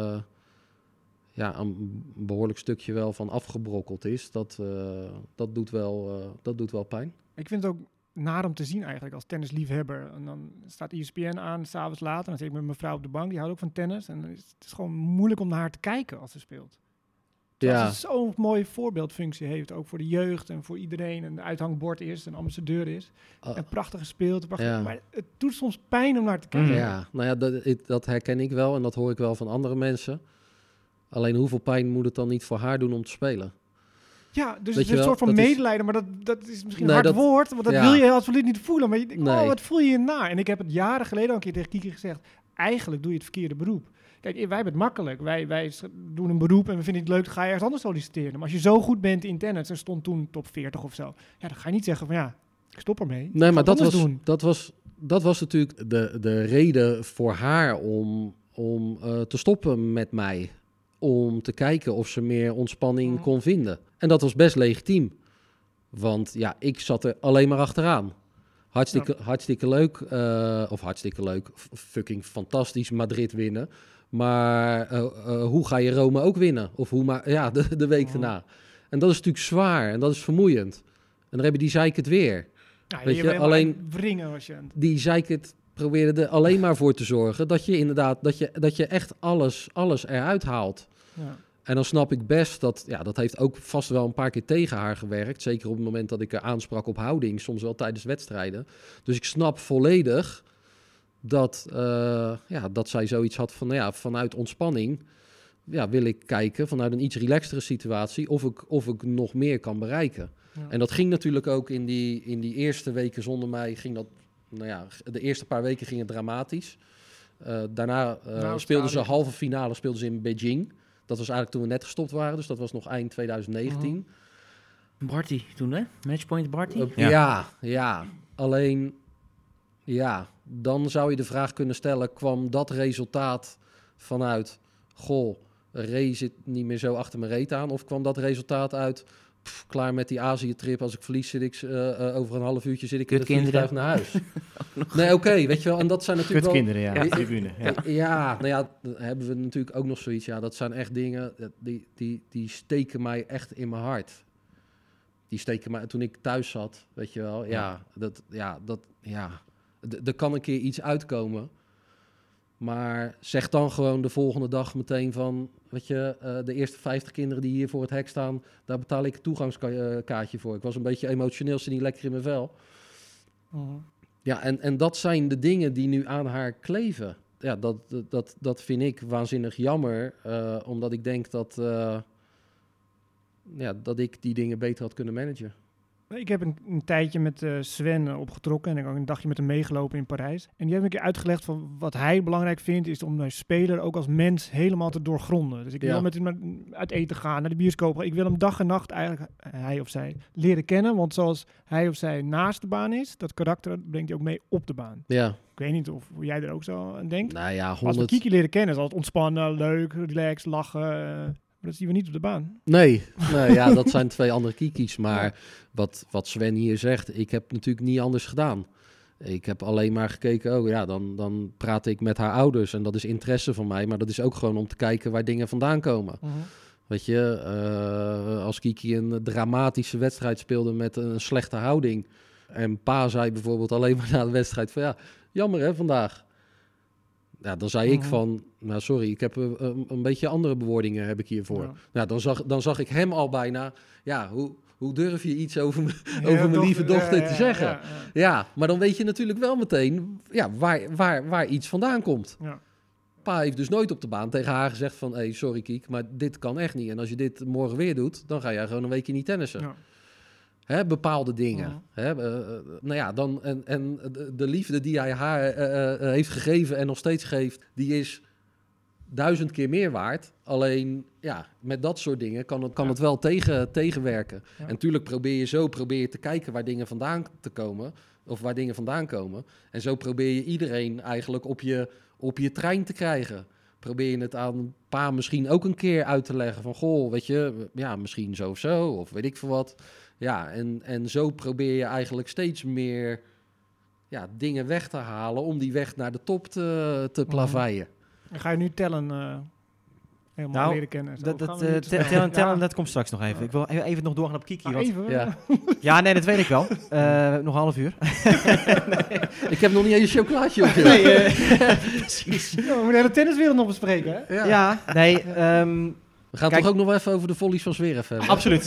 een behoorlijk stukje wel van afgebrokkeld is, dat doet wel pijn. Ik vind het ook naar om te zien eigenlijk als tennisliefhebber. En dan staat ESPN aan, 's avonds later. En dan zit ik met mijn vrouw op de bank, die houdt ook van tennis. En het is gewoon moeilijk om naar haar te kijken als ze speelt. Terwijl ze zo'n mooie voorbeeldfunctie heeft, ook voor de jeugd en voor iedereen. Een uithangbord is, een ambassadeur is. En prachtig gespeeld. Maar het doet soms pijn om naar te kijken. Ja, nou ja, dat herken ik wel en dat hoor ik wel van andere mensen. Alleen hoeveel pijn moet het dan niet voor haar doen om te spelen? Ja, dus het is een soort van medelijden, maar dat is misschien een hard woord, want dat ja. wil je absoluut niet voelen. Maar je denkt, wat voel je naar? En ik heb het jaren geleden al een keer tegen Kiki gezegd, eigenlijk doe je het verkeerde beroep. Kijk, wij hebben het makkelijk. Wij doen een beroep en we vinden het leuk, dan ga je ergens anders solliciteren. Maar als je zo goed bent in tennis, er stond toen top 40 of zo, ja, dan ga je niet zeggen van ik stop ermee. Nee, maar dat was natuurlijk de reden voor haar om te stoppen met mij. Om te kijken of ze meer ontspanning kon vinden. En dat was best legitiem. Want ja, ik zat er alleen maar achteraan. Hartstikke leuk. Hartstikke leuk. Fucking fantastisch Madrid winnen. Maar hoe ga je Rome ook winnen? Of de week daarna. En dat is natuurlijk zwaar. En dat is vermoeiend. En dan heb je die zeikert weer. Ja, weet je, alleen wringen was je. Die zeikert probeerde er alleen maar voor te zorgen dat je inderdaad, dat je echt alles eruit haalt. Ja. En dan snap ik best dat heeft ook vast wel een paar keer tegen haar gewerkt. Zeker op het moment dat ik haar aansprak op houding, soms wel tijdens wedstrijden. Dus ik snap volledig dat zij zoiets had van, vanuit ontspanning wil ik kijken vanuit een iets relaxtere situatie of ik nog meer kan bereiken. Ja. En dat ging natuurlijk ook in die eerste weken zonder mij, ging dat, de eerste paar weken ging het dramatisch. Daarna speelden ze halve finale in Beijing. Dat was eigenlijk toen we net gestopt waren, dus dat was nog eind 2019. Barty toen, hè? Matchpoint Barty? Ja. Alleen, dan zou je de vraag kunnen stellen, kwam dat resultaat vanuit, Ray zit niet meer zo achter mijn reet aan, of kwam dat resultaat uit, klaar met die Azië-trip, als ik verlies zit ik over een half uurtje zit ik in het vliegtuig naar huis. Nee, oké, weet je wel, en dat zijn natuurlijk Kutkinderen, wel... tribune. Dan hebben we natuurlijk ook nog zoiets, dat zijn echt dingen, die steken mij echt in mijn hart. Die steken mij, toen ik thuis zat, weet je wel, er kan een keer iets uitkomen. Maar zeg dan gewoon de volgende dag meteen van, weet je, de eerste 50 kinderen die hier voor het hek staan, daar betaal ik een toegangskaartje voor. Ik was een beetje emotioneel, ze niet lekker in mijn vel. Ja, en dat zijn de dingen die nu aan haar kleven. Ja, dat vind ik waanzinnig jammer, omdat ik denk dat ik die dingen beter had kunnen managen. Ik heb een tijdje met Sven opgetrokken en ik heb ook een dagje met hem meegelopen in Parijs. En die heeft een keer uitgelegd van wat hij belangrijk vindt, is om een speler ook als mens helemaal te doorgronden. Dus ik wil met hem uit eten gaan, naar de bioscoop gaan. Ik wil hem dag en nacht eigenlijk, hij of zij, leren kennen. Want zoals hij of zij naast de baan is, dat karakter brengt hij ook mee op de baan. Ja. Ik weet niet of jij er ook zo aan denkt. Nou ja, Als we Kiki leren kennen, is het altijd ontspannen, leuk, relaxed, lachen. Maar dat zien we niet op de baan. Nee, dat zijn twee andere Kiki's. Maar wat Sven hier zegt, ik heb natuurlijk niet anders gedaan. Ik heb alleen maar gekeken, dan praat ik met haar ouders. En dat is interesse van mij, maar dat is ook gewoon om te kijken waar dingen vandaan komen. Weet je, als Kiki een dramatische wedstrijd speelde met een slechte houding. En pa zei bijvoorbeeld alleen maar na de wedstrijd van, jammer hè, vandaag. Ja, dan zei ik van, nou sorry, ik heb een beetje andere bewoordingen heb ik hiervoor. Ja. Dan zag ik hem al bijna, hoe durf je iets over mijn lieve dochter te zeggen? Ja, maar dan weet je natuurlijk wel meteen waar iets vandaan komt. Ja. Pa heeft dus nooit op de baan tegen haar gezegd van, sorry Kiek, maar dit kan echt niet. En als je dit morgen weer doet, dan ga jij gewoon een weekje niet tennissen. Ja. Hè, bepaalde dingen. Hè, dan, en de liefde die hij haar heeft gegeven en nog steeds geeft, die is 1000 keer meer waard. Alleen, met dat soort dingen kan het wel tegenwerken. Ja. En natuurlijk probeer je te kijken waar dingen vandaan te komen, of waar dingen vandaan komen. En zo probeer je iedereen eigenlijk op je trein te krijgen. Probeer je het aan pa misschien ook een keer uit te leggen van, goh, weet je, misschien zo of zo, of weet ik veel wat. Ja, en zo probeer je eigenlijk steeds meer dingen weg te halen om die weg naar de top te plaveien. En ga je nu tellen helemaal leren kennen? Tellen, dat komt straks nog even. Ik wil even nog doorgaan op Kiki. Even? Nee, dat weet ik wel. Nog een half uur. Nee. Ik heb nog niet eens een chocolaatje op. Precies. We moeten de hele tenniswereld nog bespreken, hè? We gaan toch ook nog even over de volleys van Zverev hebben? Absoluut.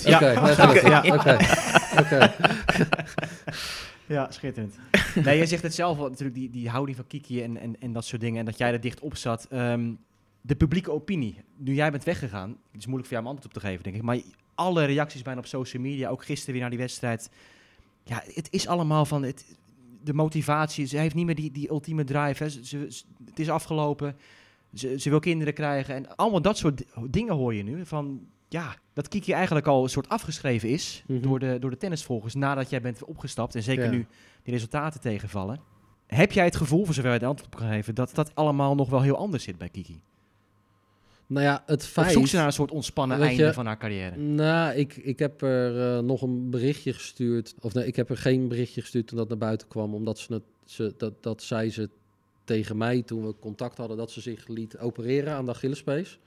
Oké. Ja, schitterend. Nee, jij zegt het zelf al, natuurlijk die houding van Kiki en dat soort dingen. En dat jij er dicht op zat. De publieke opinie. Nu jij bent weggegaan, het is moeilijk voor jou om antwoord op te geven, denk ik. Maar alle reacties bijna op social media, ook gisteren weer naar die wedstrijd. Ja, het is allemaal van de motivatie. Ze heeft niet meer die ultieme drive. Hè. Het is afgelopen. Ze wil kinderen krijgen. En allemaal dat soort dingen hoor je nu. Van dat Kiki eigenlijk al een soort afgeschreven is door de tennisvolgers nadat jij bent opgestapt. En zeker nu die resultaten tegenvallen. Heb jij het gevoel, voor zover je het antwoord op kan geven, dat dat allemaal nog wel heel anders zit bij Kiki? Nou ja, het feit... Of zoekt ze naar een soort ontspannen einde van haar carrière? Nou, ik heb er nog een berichtje gestuurd. Of nee, ik heb er geen berichtje gestuurd toen dat naar buiten kwam. Omdat dat zei ze tegen mij toen we contact hadden, dat ze zich liet opereren aan de Achillespees.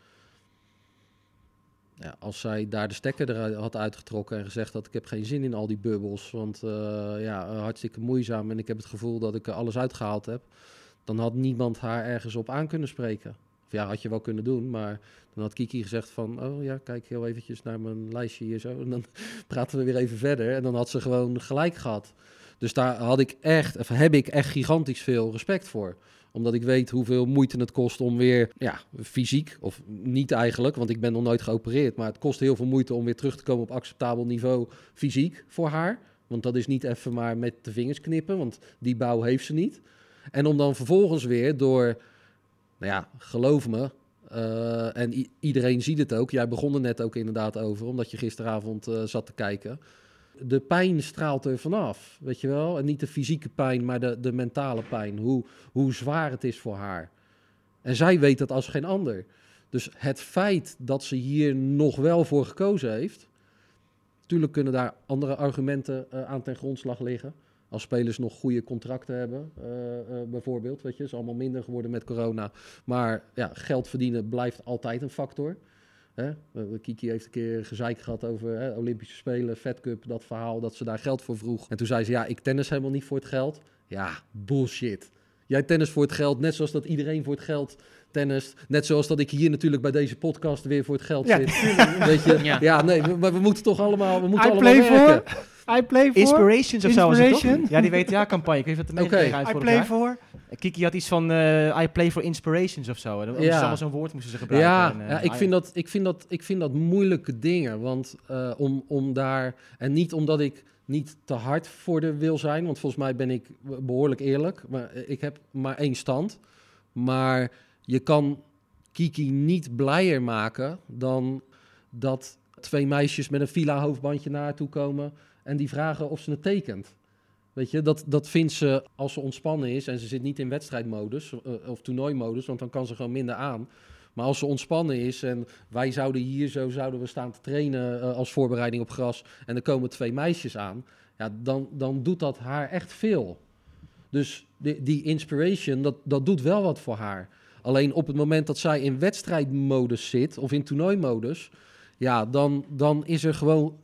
Ja, als zij daar de stekker eruit had uitgetrokken en gezegd dat ik heb geen zin in al die bubbels, want hartstikke moeizaam en ik heb het gevoel dat ik er alles uitgehaald heb. dan had niemand haar ergens op aan kunnen spreken. Of ja, had je wel kunnen doen, maar dan had Kiki gezegd van... oh ja, kijk heel eventjes naar mijn lijstje hier zo. En dan praten we weer even verder. En dan had ze gewoon gelijk gehad. Dus daar heb ik echt gigantisch veel respect voor. Omdat ik weet hoeveel moeite het kost om weer, fysiek, of niet eigenlijk, want ik ben nog nooit geopereerd, maar het kost heel veel moeite om weer terug te komen op acceptabel niveau fysiek voor haar. Want dat is niet even maar met de vingers knippen, want die bouw heeft ze niet. En om dan vervolgens weer door, geloof me, en iedereen ziet het ook, jij begon er net ook inderdaad over, omdat je gisteravond zat te kijken. De pijn straalt er vanaf, weet je wel. En niet de fysieke pijn, maar de mentale pijn. Hoe zwaar het is voor haar. En zij weet dat als geen ander. Dus het feit dat ze hier nog wel voor gekozen heeft... Natuurlijk kunnen daar andere argumenten aan ten grondslag liggen. Als spelers nog goede contracten hebben, bijvoorbeeld. Weet je, is allemaal minder geworden met corona. Maar ja, geld verdienen blijft altijd een factor. Kiki heeft een keer gezeik gehad over Olympische Spelen, Fed Cup, dat verhaal dat ze daar geld voor vroeg. En toen zei ze, ik tennis helemaal niet voor het geld. Ja, bullshit. Jij tennis voor het geld, net zoals dat iedereen voor het geld tennist. Net zoals dat ik hier natuurlijk bij deze podcast weer voor het geld zit. Weet je? Ja, nee, maar we moeten toch allemaal, werken. I play for Inspirations of zo was het toch? Ja, die WTA-campagne. Ik weet wat de meeste uit I vorig play jaar. for... Kiki had iets van I play for inspirations of zo. Dat was allemaal zo'n woord moesten ze gebruiken. Ik vind dat moeilijke dingen. Want om daar... En niet omdat ik niet te hard voor de wil zijn. Want volgens mij ben ik behoorlijk eerlijk. Maar ik heb maar 1 stand. Maar je kan Kiki niet blijer maken dan dat 2 meisjes met een Fila-hoofdbandje naar haar toe komen en die vragen of ze het tekent. Weet je, dat vindt ze als ze ontspannen is en ze zit niet in wedstrijdmodus of toernooimodus, want dan kan ze gewoon minder aan. Maar als ze ontspannen is en wij zouden we staan te trainen als voorbereiding op gras en er komen 2 meisjes aan, dan doet dat haar echt veel. Dus die inspiration, dat doet wel wat voor haar. Alleen op het moment dat zij in wedstrijdmodus zit of in toernooimodus, dan is er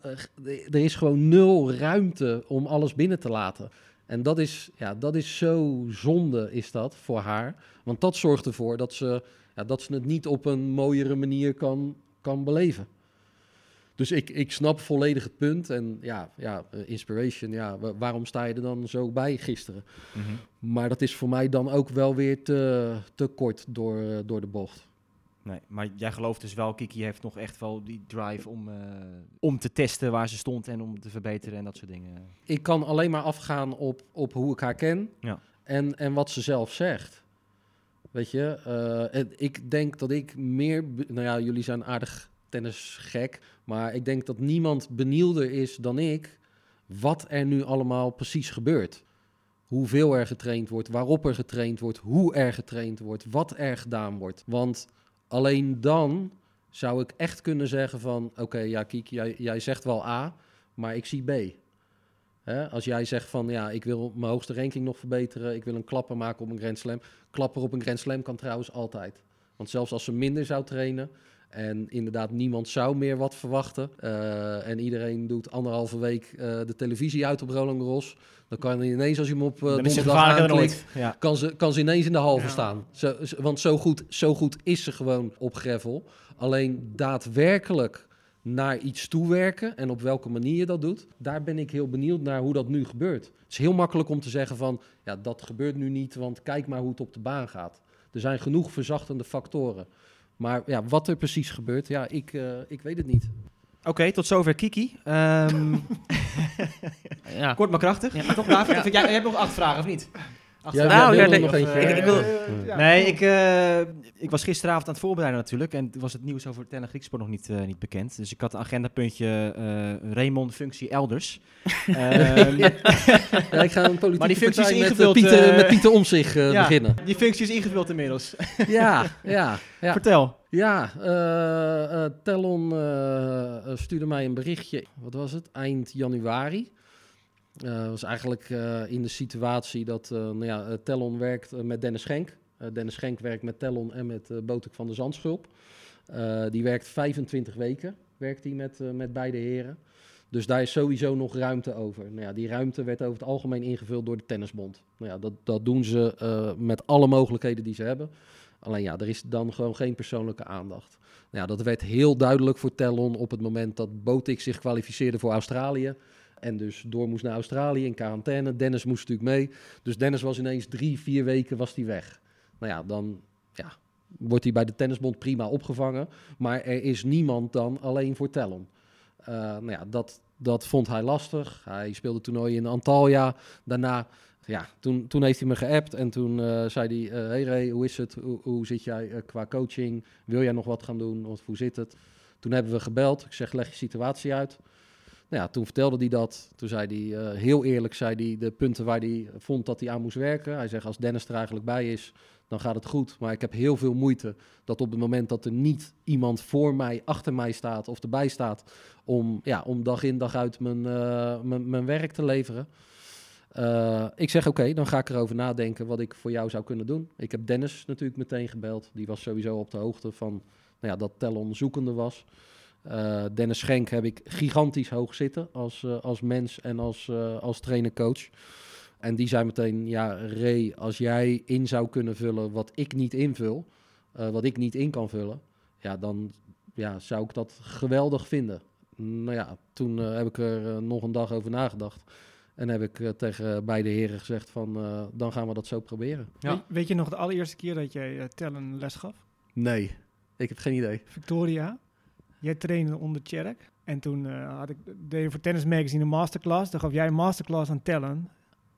gewoon 0 ruimte om alles binnen te laten. En dat is zo zonde is dat voor haar. Want dat zorgt ervoor dat ze het niet op een mooiere manier kan beleven. Dus ik snap volledig het punt. En inspiration, waarom sta je er dan zo bij gisteren? Mm-hmm. Maar dat is voor mij dan ook wel weer te kort door de bocht. Nee, maar jij gelooft dus wel, Kiki heeft nog echt wel die drive om te testen waar ze stond en om te verbeteren en dat soort dingen. Ik kan alleen maar afgaan op hoe ik haar ken en wat ze zelf zegt. Weet je, ik denk dat ik meer... jullie zijn aardig tennisgek, maar ik denk dat niemand benieuwder is dan ik wat er nu allemaal precies gebeurt. Hoeveel er getraind wordt, waarop er getraind wordt, hoe er getraind wordt, wat er gedaan wordt. Want alleen dan zou ik echt kunnen zeggen van... Oké, Kiki, jij zegt wel A, maar ik zie B. Als jij zegt van, ik wil mijn hoogste ranking nog verbeteren... ik wil een klapper maken op een Grand Slam. Klapper op een Grand Slam kan trouwens altijd. Want zelfs als ze minder zou trainen... en inderdaad niemand zou meer wat verwachten... en iedereen doet 1,5 week de televisie uit op Roland Garros... dan kan hij ineens, als je hem op donderdag aanklikt... kan ze ineens in de halve staan. Want zo goed is ze gewoon op gravel. Alleen daadwerkelijk naar iets toewerken... en op welke manier je dat doet... daar ben ik heel benieuwd naar hoe dat nu gebeurt. Het is heel makkelijk om te zeggen van... dat gebeurt nu niet, want kijk maar hoe het op de baan gaat. Er zijn genoeg verzachtende factoren... Maar wat er precies gebeurt, ik weet het niet. Oké, tot zover Kiki. Kort maar krachtig. Ja. Maar toch, David, jij hebt nog 8 vragen, of niet? Ik was gisteravond aan het voorbereiden natuurlijk. En was het nieuws over Tennis Griekspoor nog niet bekend. Dus ik had een agendapuntje Raymond functie elders. Ik ga een politieke partij met Pieter Omtzigt beginnen. Die functie is ingevuld inmiddels. Ja. Vertel. Ja, Tellon stuurde mij een berichtje. Wat was het? Eind januari. Was eigenlijk in de situatie dat Tellon werkt met Dennis Schenk. Dennis Schenk werkt met Tellon en met Botek van der Zandschulp. Die werkt 25 weken werkt hij met beide heren. Dus daar is sowieso nog ruimte over. Nou ja, die ruimte werd over het algemeen ingevuld door de tennisbond. Nou ja, dat doen ze met alle mogelijkheden die ze hebben. Alleen ja, er is dan gewoon geen persoonlijke aandacht. Nou ja, dat werd heel duidelijk voor Tellon op het moment dat Botic zich kwalificeerde voor Australië. En dus door moest naar Australië in quarantaine. Dennis moest natuurlijk mee. Dus Dennis was ineens 3-4 weken was hij weg. Nou ja, dan wordt hij bij de tennisbond prima opgevangen. Maar er is niemand dan alleen voor Tellon. Nou ja, dat vond hij lastig. Hij speelde toernooi in Antalya. Daarna, ja, toen heeft hij me geappt. En toen zei hij, hey Ray, hoe is het? Hoe zit jij qua coaching? Wil jij nog wat gaan doen? Of hoe zit het? Toen hebben we gebeld. Ik zeg, leg je situatie uit. Nou ja, toen vertelde hij dat. Toen zei hij, heel eerlijk, zei hij de punten waar hij vond dat hij aan moest werken. Hij zegt, als Dennis er eigenlijk bij is, dan gaat het goed. Maar ik heb heel veel moeite dat op het moment dat er niet iemand voor mij, achter mij staat of erbij staat, om dag in dag uit mijn werk te leveren. Ik zeg, oké, dan ga ik erover nadenken wat ik voor jou zou kunnen doen. Ik heb Dennis natuurlijk meteen gebeld. Die was sowieso op de hoogte van dat Tellon zoekende was. Dennis Schenk heb ik gigantisch hoog zitten als mens en als trainer-coach. En die zei meteen, ja, Ray, als jij in zou kunnen vullen wat ik niet invul, wat ik niet in kan vullen, ja, dan zou ik dat geweldig vinden. Nou ja, toen heb ik er nog een dag over nagedacht. En heb ik tegen beide heren gezegd van, dan gaan we dat zo proberen. Ja. Weet je nog de allereerste keer dat jij Tellon les gaf? Nee, ik heb geen idee. Victoria, jij trainde onder Tjerk. En toen deed je voor Tennis Magazine een masterclass. Dan gaf jij een masterclass aan Tellon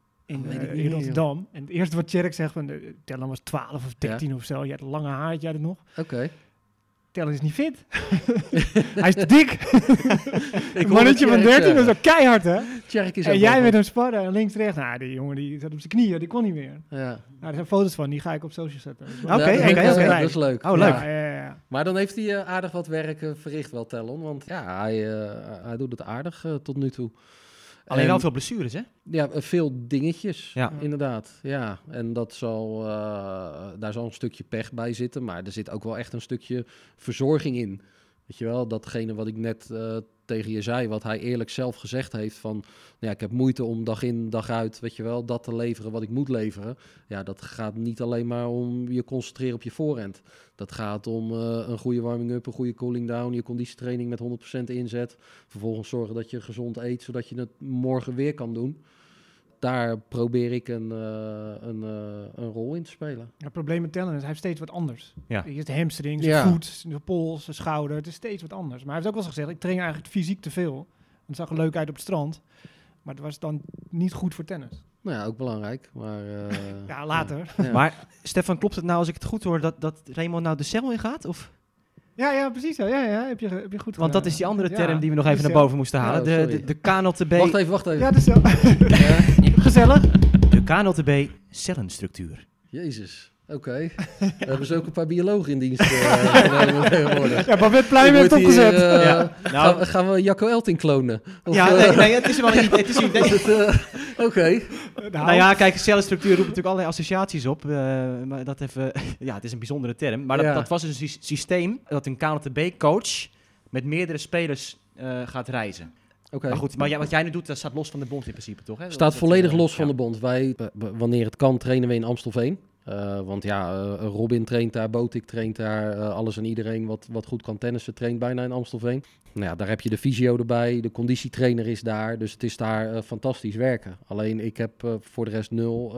in Rotterdam. En het eerste wat Tjerk zegt, van Tellon was 12 of 13 of zo. Je had een lange haar, had jij het nog. Oké. Tellon is niet fit. Hij is te dik. Een mannetje van 13, dat is ook keihard, hè? Tjerk is en jij met hem sparren en links rechts. Nou, die jongen die zat op zijn knieën, die kon niet meer. Ja. Nou, er zijn foto's van, die ga ik op social zetten. Oké, dat is leuk. Oh, leuk. Ja. Maar dan heeft hij aardig wat werk verricht wel, Tellon. Want ja, hij doet het aardig tot nu toe. Alleen wel veel blessures, hè? Ja, veel dingetjes, inderdaad. Ja, en daar zal een stukje pech bij zitten. Maar er zit ook wel echt een stukje verzorging in. Weet je wel, datgene wat ik net tegen je zei, wat hij eerlijk zelf gezegd heeft van, ik heb moeite om dag in, dag uit, weet je wel, dat te leveren wat ik moet leveren. Ja, dat gaat niet alleen maar om je concentreren op je voorhand. Dat gaat om een goede warming-up, een goede cooling down, je conditietraining met 100% inzet. Vervolgens zorgen dat je gezond eet, zodat je het morgen weer kan doen. Daar probeer ik een rol in te spelen. Ja, het probleem met Tellon is, hij heeft steeds wat anders. Ja. Hij heeft de hamstring, zijn voet, zijn pols, zijn schouder. Het is steeds wat anders. Maar hij heeft ook wel eens gezegd, ik train eigenlijk fysiek te veel. Want het zag er leuk uit op het strand. Maar het was dan niet goed voor tennis. Nou ja, ook belangrijk. Maar, ja, later. Ja. Maar Stefan, klopt het nou als ik het goed hoor dat Raymond nou de cel in gaat? Of? Ja, precies. Ja, heb je goed Want dat is die andere term ja, die we nog even naar boven moesten halen. Oh, de KNLTB. Wacht even. Ja, de cel. Gezellig. De KNLTB cellenstructuur. Jezus. Oké. We hebben ze ook een paar biologen in dienst tegenwoordig. Ja, Babette Pluim heeft het opgezet. Gaan we Jacco Elting klonen? Of, nee, het is wel een idee. Oké. Nou ja, kijk, cellenstructuur roept natuurlijk allerlei associaties op. Maar dat even, het is een bijzondere term. Maar dat was dus een systeem dat een KNLTB-coach met meerdere spelers gaat reizen. Okay. Maar goed, wat jij nu doet, dat staat los van de bond in principe, toch? Hè? Staat volledig los van de bond. Wij, wanneer het kan, trainen we in Amstelveen. Want Robin traint daar, Botic traint daar, alles en iedereen wat goed kan tennissen traint bijna in Amstelveen. Nou ja, daar heb je de fysio erbij, de conditietrainer is daar, dus het is daar fantastisch werken. Alleen ik heb voor de rest 0,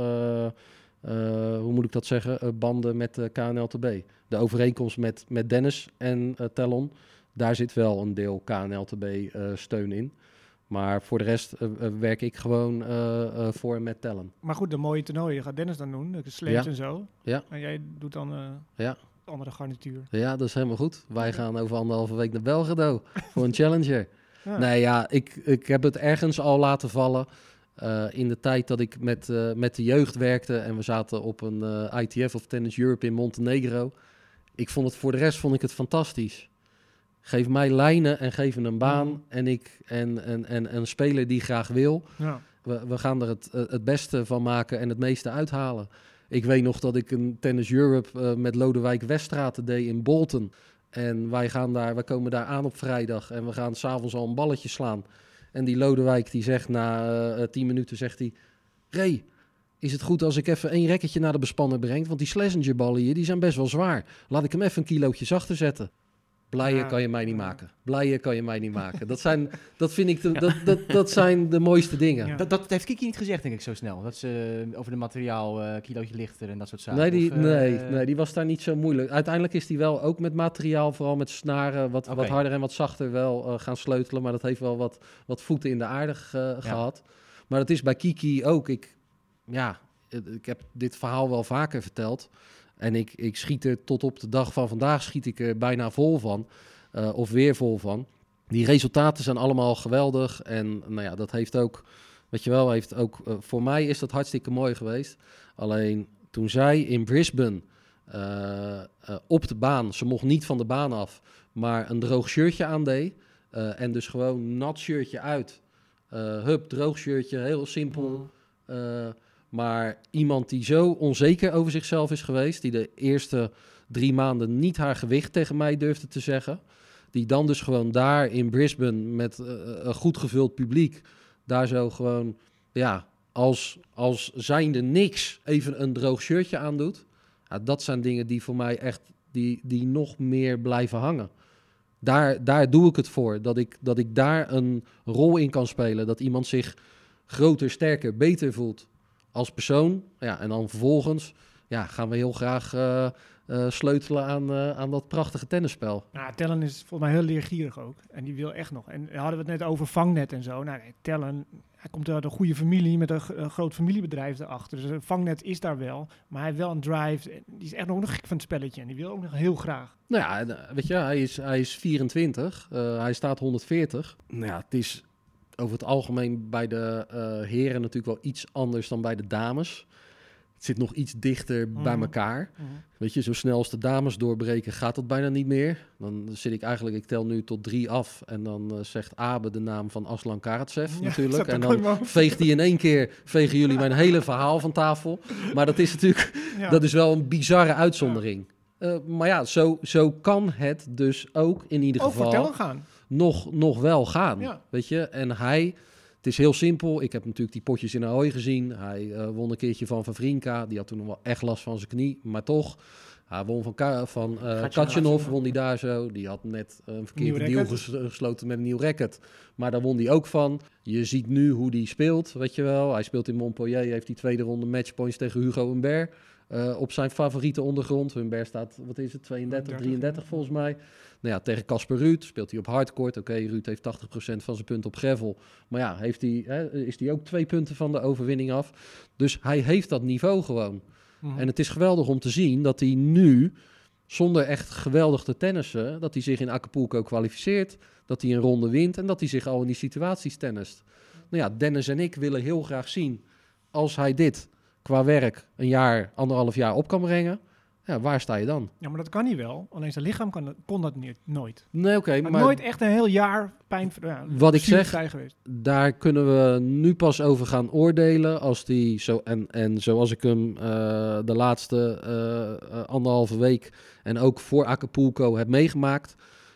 hoe moet ik dat zeggen, banden met KNLTB. De overeenkomst met Dennis en Tellon, daar zit wel een deel KNLTB steun in. Maar voor de rest werk ik gewoon voor en met Tellon. Maar goed, de mooie toernooien gaat Dennis dan doen. De slams en zo. Ja. En jij doet dan andere garnituur. Ja, dat is helemaal goed. Wij gaan over 1,5 week naar Belgrado voor een challenger. Ja. Nee, ja, ik heb het ergens al laten vallen. In de tijd dat ik met de jeugd werkte en we zaten op een ITF of Tennis Europe in Montenegro. Voor de rest vond ik het fantastisch. Geef mij lijnen en geef een baan en een speler die graag wil. Ja. We gaan er het beste van maken en het meeste uithalen. Ik weet nog dat ik een Tennis Europe met Lodewijk Weststraat deed in Bolton. En wij komen daar aan op vrijdag en we gaan 's avonds al een balletje slaan. En die Lodewijk die zegt na 10 minuten, zegt hij... Ray, is het goed als ik even 1 racketje naar de bespanner breng? Want die Schlesinger-ballen hier, die zijn best wel zwaar. Laat ik hem even een kilootje zachter zetten. Blijer kan je mij niet maken. Blijer kan je mij niet maken. Dat zijn de mooiste dingen. Ja. Dat heeft Kiki niet gezegd, denk ik, zo snel. Dat ze over de materiaal, kilootje lichter en dat soort zaken. Nee, die was daar niet zo moeilijk. Uiteindelijk is die wel ook met materiaal, vooral met snaren, wat harder en wat zachter wel gaan sleutelen. Maar dat heeft wel wat voeten in de aarde gehad. Maar dat is bij Kiki ook. Ik heb dit verhaal wel vaker verteld. En ik schiet er tot op de dag van vandaag schiet ik er bijna vol van. Of weer vol van. Die resultaten zijn allemaal geweldig. En dat heeft ook... Weet je wel, voor mij is dat hartstikke mooi geweest. Alleen toen zij in Brisbane op de baan... Ze mocht niet van de baan af, maar een droog shirtje aandeed. En dus gewoon nat shirtje uit. Droog shirtje, heel simpel... Maar iemand die zo onzeker over zichzelf is geweest... die de eerste 3 maanden niet haar gewicht tegen mij durfde te zeggen... die dan dus gewoon daar in Brisbane met een goed gevuld publiek... daar zo gewoon, als zijnde niks even een droog shirtje aandoet... dat zijn dingen die voor mij echt die nog meer blijven hangen. Daar doe ik het voor, dat ik daar een rol in kan spelen... dat iemand zich groter, sterker, beter voelt... als persoon, en dan vervolgens gaan we heel graag sleutelen aan dat prachtige tennisspel. Nou, Tellen is volgens mij heel leergierig ook. En die wil echt nog. En hadden we het net over vangnet en zo. Nou, Tellen, hij komt uit een goede familie met een groot familiebedrijf erachter. Dus vangnet is daar wel. Maar hij heeft wel een drive. Die is echt nog gek van het spelletje. En die wil ook nog heel graag. Nou ja, weet je, hij is 24. Hij staat 140. Nou ja, het is... Over het algemeen bij de heren natuurlijk wel iets anders dan bij de dames. Het zit nog iets dichter bij elkaar. Weet je, zo snel als de dames doorbreken gaat dat bijna niet meer. Dan zit ik tel nu tot 3 af. En dan zegt Abe de naam van Aslan Karatsev natuurlijk. En dan veegt hij in één keer, vegen jullie mijn hele verhaal van tafel. Maar dat is natuurlijk, dat is wel een bizarre uitzondering. Maar zo kan het dus ook in ieder geval... Over Tellen gaan. Nog wel gaan, weet je. En het is heel simpel. Ik heb natuurlijk die potjes in Ahoy gezien. Hij won een keertje van Vavrinka. Die had toen nog wel echt last van zijn knie, maar toch. Hij won van Kachanov, won die daar zo. Die had net een verkeerde deal gesloten met een nieuw racket. Maar daar won hij ook van. Je ziet nu hoe die speelt, weet je wel. Hij speelt in Montpellier, heeft die tweede ronde matchpoints tegen Hugo Humbert. Op zijn favoriete ondergrond. Humbert staat, 32, 33 volgens mij. Nou ja, tegen Casper Ruud speelt hij op hardcourt. Oké, Ruud heeft 80% van zijn punten op gravel. Maar ja, is hij ook 2 punten van de overwinning af. Dus hij heeft dat niveau gewoon. En het is geweldig om te zien dat hij nu, zonder echt geweldig te tennissen, dat hij zich in Acapulco kwalificeert, dat hij een ronde wint en dat hij zich al in die situaties tennist. Nou ja, Dennis en ik willen heel graag zien, als hij dit qua werk 1,5 jaar op kan brengen, ja, waar sta je dan? Ja, maar dat kan hij wel. Alleen zijn lichaam kon dat nooit. Nee, oké. Maar nooit echt een heel jaar pijn. Wat ik zeg, daar kunnen we nu pas over gaan oordelen als die zo en zoals ik hem de laatste 1,5 week en ook voor Acapulco heb meegemaakt.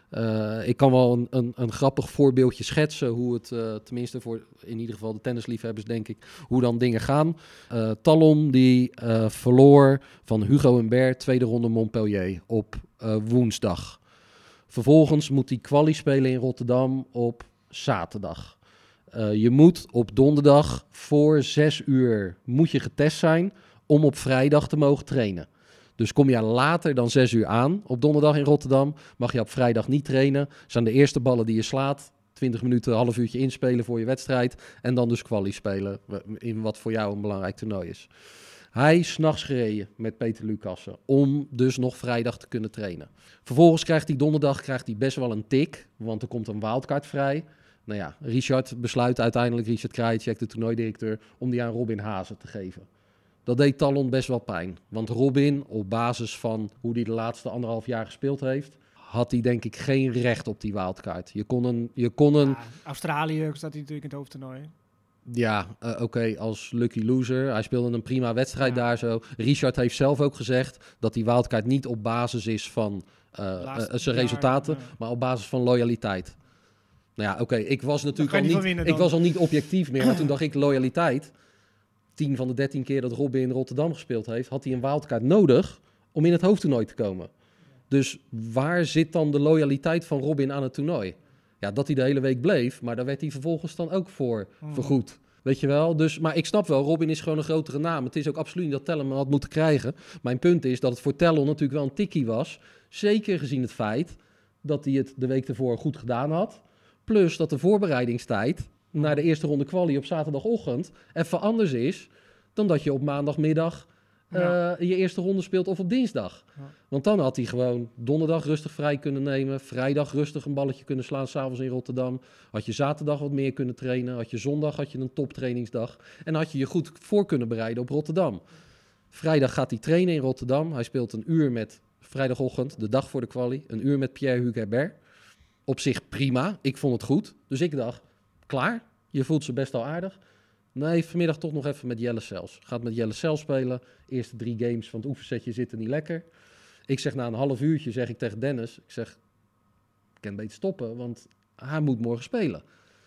Ik kan wel een grappig voorbeeldje schetsen hoe het, tenminste voor in ieder geval de tennisliefhebbers denk ik, hoe dan dingen gaan. Talon die verloor van Hugo Humbert, tweede ronde Montpellier op woensdag. Vervolgens moet hij quali spelen in Rotterdam op zaterdag. Je moet op donderdag voor 6 uur moet je getest zijn om op vrijdag te mogen trainen. Dus kom je later dan 6 uur aan op donderdag in Rotterdam, mag je op vrijdag niet trainen. Zijn de eerste ballen die je slaat, 20 minuten, een half uurtje inspelen voor je wedstrijd en dan dus quali spelen in wat voor jou een belangrijk toernooi is. Hij is 's nachts gereden met Peter Lucassen om dus nog vrijdag te kunnen trainen. Vervolgens krijgt hij donderdag best wel een tik, want er komt een wildcard vrij. Nou ja, Richard besluit uiteindelijk, Richard Krajicek, de toernooidirecteur, om die aan Robin Haase te geven. Dat deed Talon best wel pijn. Want Robin, op basis van hoe hij de laatste 1,5 jaar gespeeld heeft, had hij denk ik geen recht op die wildcard. Je kon een... Australië staat hij natuurlijk in het hoofdtoernooi. Ja, oké, als lucky loser. Hij speelde een prima wedstrijd daar zo. Richard heeft zelf ook gezegd dat die wildcard niet op basis is van zijn resultaten, maar op basis van loyaliteit. Nou ja, oké, ik was natuurlijk ik was al niet objectief meer. Maar toen dacht ik, loyaliteit. 10 van de 13 keer dat Robin in Rotterdam gespeeld heeft, had hij een wildcard nodig om in het hoofdtoernooi te komen. Dus waar zit dan de loyaliteit van Robin aan het toernooi? Ja, dat hij de hele week bleef, maar daar werd hij vervolgens dan ook voor vergoed. Weet je wel? Dus, maar ik snap wel, Robin is gewoon een grotere naam. Het is ook absoluut niet dat Tellon hem had moeten krijgen. Mijn punt is dat het voor Tellon natuurlijk wel een tikkie was. Zeker gezien het feit dat hij het de week ervoor goed gedaan had. Plus dat de voorbereidingstijd naar de eerste ronde quali op zaterdagochtend even anders is dan dat je op maandagmiddag je eerste ronde speelt of op dinsdag. Ja. Want dan had hij gewoon donderdag rustig vrij kunnen nemen, vrijdag rustig een balletje kunnen slaan, 's avonds in Rotterdam. Had je zaterdag wat meer kunnen trainen, had je zondag had je een toptrainingsdag en had je je goed voor kunnen bereiden op Rotterdam. Vrijdag gaat hij trainen in Rotterdam. Hij speelt een uur met vrijdagochtend, de dag voor de quali, een uur met Pierre-Hugues Herbert. Op zich prima, ik vond het goed. Dus ik dacht, klaar, je voelt ze best al aardig. Nee, vanmiddag toch nog even met Jelle Sels. Gaat met Jelle Sels spelen. Eerste 3 games van het oefensetje zitten niet lekker. Ik zeg na een half uurtje, zeg ik tegen Dennis, ik zeg, ik kan beter stoppen, want hij moet morgen spelen.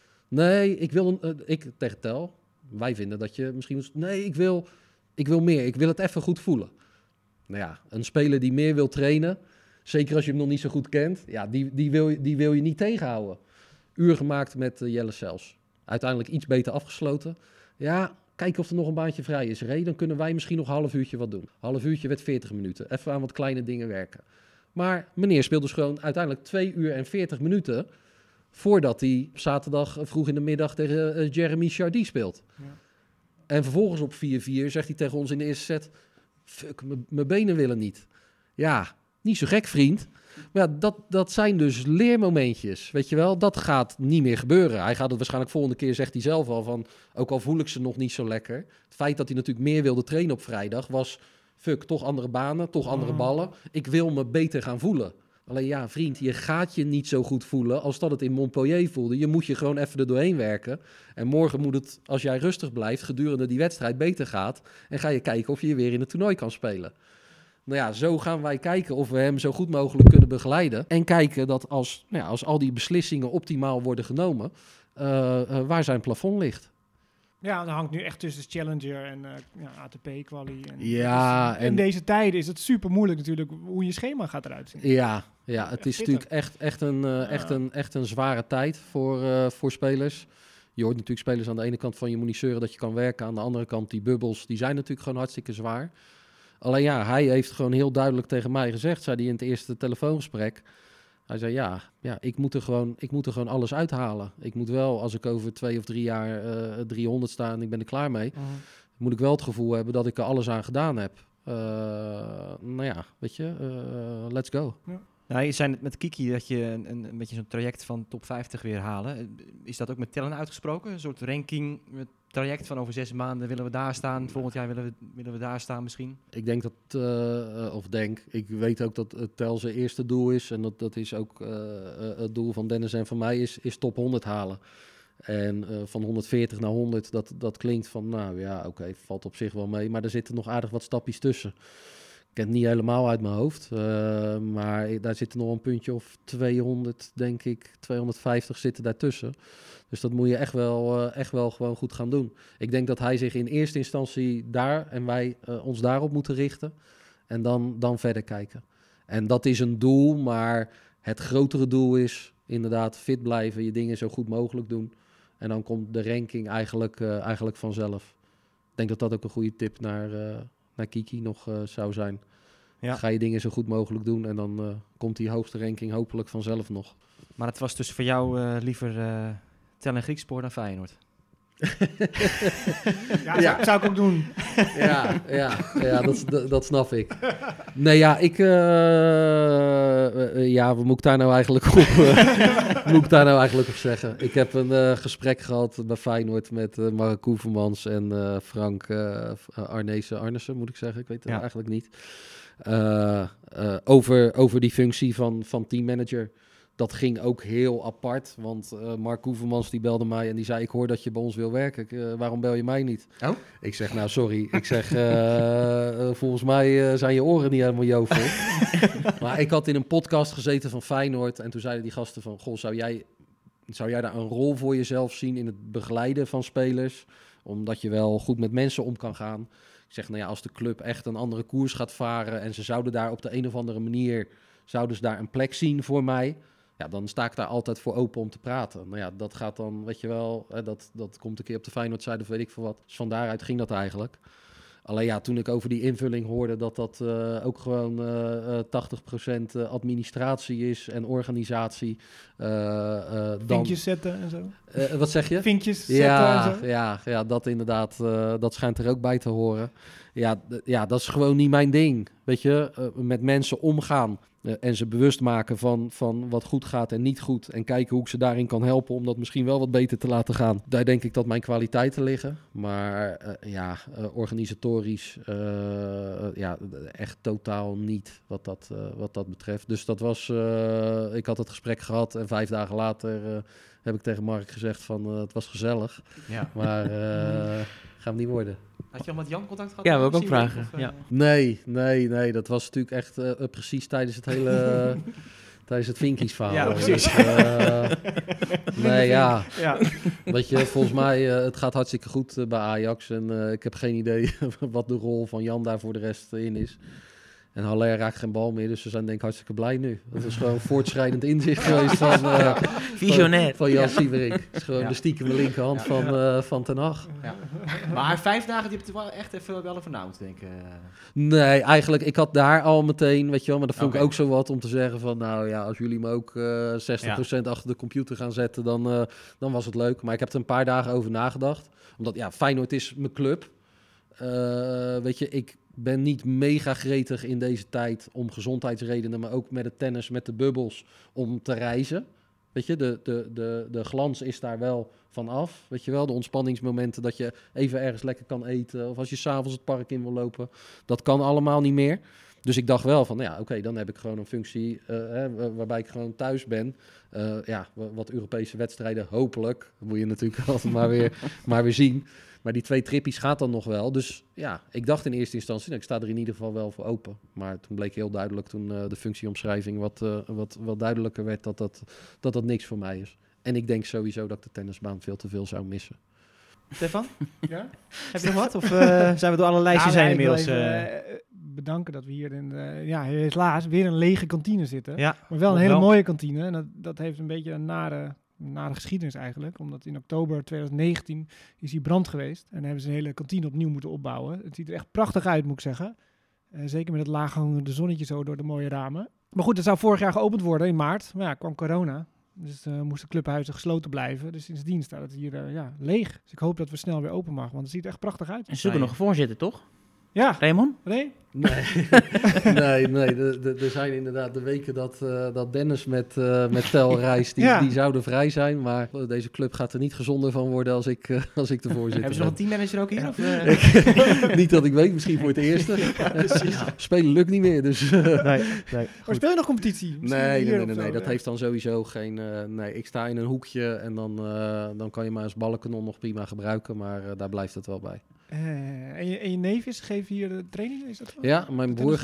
Nee, ik tegen Tel, wij vinden dat je misschien, nee, ik wil meer. Ik wil het even goed voelen. Nou ja, een speler die meer wil trainen, zeker als je hem nog niet zo goed kent, ja, die wil je niet tegenhouden. Uur gemaakt met Jelle Sels. Uiteindelijk iets beter afgesloten. Ja, kijken of er nog een baantje vrij is. Dan kunnen wij misschien nog een half uurtje wat doen. Half uurtje werd 40 minuten. Even aan wat kleine dingen werken. Maar meneer speelt dus gewoon uiteindelijk 2 uur en 40 minuten... voordat hij zaterdag vroeg in de middag tegen Jeremy Chardy speelt. Ja. En vervolgens op 4-4 zegt hij tegen ons in de eerste set... Fuck, mijn benen willen niet. Ja, niet zo gek, vriend. Maar ja, dat zijn dus leermomentjes, weet je wel. Dat gaat niet meer gebeuren. Hij gaat het waarschijnlijk volgende keer, zegt hij zelf al, van... ook al voel ik ze nog niet zo lekker. Het feit dat hij natuurlijk meer wilde trainen op vrijdag was... fuck, toch andere banen, toch andere ballen. Ik wil me beter gaan voelen. Alleen ja, vriend, je gaat je niet zo goed voelen als dat het in Montpellier voelde. Je moet je gewoon even er doorheen werken. En morgen moet het, als jij rustig blijft, gedurende die wedstrijd beter gaat. En ga je kijken of je weer in het toernooi kan spelen. Nou ja, zo gaan wij kijken of we hem zo goed mogelijk kunnen begeleiden. En kijken dat als al die beslissingen optimaal worden genomen, waar zijn plafond ligt. Ja, dat hangt nu echt tussen Challenger en ATP-quali. Ja, dus in deze tijden is het super moeilijk natuurlijk hoe je schema gaat eruit zien. Ja, het is natuurlijk echt een zware tijd voor spelers. Je hoort natuurlijk spelers aan de ene kant van je moet niet zeuren dat je kan werken. Aan de andere kant die bubbels, die zijn natuurlijk gewoon hartstikke zwaar. Alleen ja, hij heeft gewoon heel duidelijk tegen mij gezegd, zei hij in het eerste telefoongesprek. Hij zei, ik moet er gewoon alles uithalen. Ik moet wel, als ik over 2 of 3 jaar 300 sta en ik ben er klaar mee, moet ik wel het gevoel hebben dat ik er alles aan gedaan heb. Weet je, let's go. Ja. Nou, je zei met Kiki dat je een beetje zo'n traject van top 50 weer halen. Is dat ook met Tellon uitgesproken? Een soort ranking traject van over 6 maanden willen we daar staan. Volgend jaar willen we daar staan misschien. Ik denk ik weet ook dat Tel zijn eerste doel is. En dat is ook het doel van Dennis en van mij is top 100 halen. En van 140 naar 100, dat klinkt van, valt op zich wel mee. Maar er zitten nog aardig wat stapjes tussen. Ik ken het niet helemaal uit mijn hoofd, maar daar zitten nog een puntje of 200, denk ik, 250 zitten daartussen. Dus dat moet je echt wel gewoon goed gaan doen. Ik denk dat hij zich in eerste instantie daar en wij ons daarop moeten richten en dan verder kijken. En dat is een doel, maar het grotere doel is inderdaad fit blijven, je dingen zo goed mogelijk doen. En dan komt de ranking eigenlijk vanzelf. Ik denk dat dat ook een goede tip naar Kiki nog zou zijn. Ja. Ga je dingen zo goed mogelijk doen en dan komt die hoogste ranking hopelijk vanzelf nog. Maar het was dus voor jou liever Tellon Griekspoor dan Feyenoord? Zou ik ook doen. Dat snap ik. Nee, wat moet ik daar nou eigenlijk op zeggen? Ik heb een gesprek gehad bij Feyenoord met Mark Koevermans en Frank Arnessen, moet ik zeggen. Ik weet het eigenlijk niet. Over die functie van teammanager. Dat ging ook heel apart, want Mark Koevermans die belde mij en die zei, ik hoor dat je bij ons wil werken. Waarom bel je mij niet? Oh? Ik zeg, nou sorry. Ik zeg, volgens mij zijn je oren niet helemaal jovel. Maar ik had in een podcast gezeten van Feyenoord en toen zeiden die gasten van, goh, zou jij Zou jij daar een rol voor jezelf zien in het begeleiden van spelers? Omdat je wel goed met mensen om kan gaan. Ik zeg, nou ja, als de club echt een andere koers gaat varen en ze zouden daar op de een of andere manier, zouden ze daar een plek zien voor mij, ja, dan sta ik daar altijd voor open om te praten. Nou ja, dat gaat dan, weet je wel, dat komt een keer op de Feyenoordzijde of weet ik veel wat. Dus van daaruit ging dat eigenlijk. Alleen ja, toen ik over die invulling hoorde dat ook gewoon 80% administratie is en organisatie. Vinkjes zetten en zo. Wat zeg je? Vinkjes zetten en zo. Ja, dat inderdaad, dat schijnt er ook bij te horen. Ja, dat is gewoon niet mijn ding. Weet je, met mensen omgaan en ze bewust maken van wat goed gaat en niet goed. En kijken hoe ik ze daarin kan helpen om dat misschien wel wat beter te laten gaan. Daar denk ik dat mijn kwaliteiten liggen. Maar organisatorisch echt totaal niet wat dat betreft. Dus dat was, ik had het gesprek gehad en 5 dagen later heb ik tegen Mark gezegd van het was gezellig. Ja. Maar gaan we niet worden. Had je al met Jan contact gehad? Ja, wil ik ook vragen. Ja. Nee. Dat was natuurlijk echt precies tijdens het hele... tijdens het Vinkies verhaal. Ja, precies. Weet je, volgens mij, het gaat hartstikke goed bij Ajax. En ik heb geen idee wat de rol van Jan daar voor de rest in is. En Haller raakt geen bal meer, dus ze zijn denk ik hartstikke blij nu. Dat is gewoon voortschrijdend inzicht geweest visionair. Van Jan Sieverink. Het is gewoon de stiekeme linkerhand van Ten Hag. Ja. Maar 5 dagen, die heb je wel echt even wel vernauwd, denk ik. Nee, eigenlijk, ik had daar al meteen, weet je wel, maar dat vond ik ook zo wat om te zeggen van, nou ja, als jullie me ook 60% achter de computer gaan zetten, dan was het leuk. Maar ik heb er een paar dagen over nagedacht. Omdat, ja, Feyenoord is mijn club. Weet je, ik ben niet mega gretig in deze tijd om gezondheidsredenen, maar ook met het tennis, met de bubbels, om te reizen. Weet je, de glans is daar wel van af. Weet je wel, de ontspanningsmomenten dat je even ergens lekker kan eten, of als je 's avonds het park in wil lopen, dat kan allemaal niet meer. Dus ik dacht wel van, ja, oké, dan heb ik gewoon een functie waarbij ik gewoon thuis ben. Wat Europese wedstrijden, hopelijk, dat moet je natuurlijk altijd maar weer zien. Maar die 2 trippies gaat dan nog wel. Dus ja, ik dacht in eerste instantie, ik sta er in ieder geval wel voor open. Maar toen bleek heel duidelijk, toen de functieomschrijving wat duidelijker werd, dat niks voor mij is. En ik denk sowieso dat ik de tennisbaan veel te veel zou missen. Stefan? Ja? Heb je nog wat? Of zijn we door alle lijstjes heen inmiddels? Bedanken dat we hier helaas weer een lege kantine zitten. Ja, maar wel een hele mooie kantine. En dat heeft een beetje een nare geschiedenis eigenlijk. Omdat in oktober 2019 is hier brand geweest. En hebben ze een hele kantine opnieuw moeten opbouwen. Het ziet er echt prachtig uit, moet ik zeggen. Zeker met het laaghangende zonnetje zo door de mooie ramen. Maar goed, het zou vorig jaar geopend worden in maart. Maar ja, kwam corona. Dus moesten clubhuizen gesloten blijven. Dus sindsdien staat het hier leeg. Dus ik hoop dat we snel weer open mag. Want het ziet er echt prachtig uit. En zoeken nog een voorzitter, toch? Ja. Raymond? Nee. Er zijn inderdaad de weken dat Dennis met Tel reist, die zouden vrij zijn. Maar deze club gaat er niet gezonder van worden als ik de voorzitter Hebben ze nog een teammanager ook hier? Ja. Of, niet dat ik weet, misschien voor het eerste. Spelen lukt niet meer. Dus, maar speel je nog competitie? Nee. Dat heeft dan sowieso geen... ik sta in een hoekje en dan kan je maar als ballenkanon nog prima gebruiken. Maar daar blijft het wel bij. En je neefjes geven hier de training? Is dat ja, mijn broer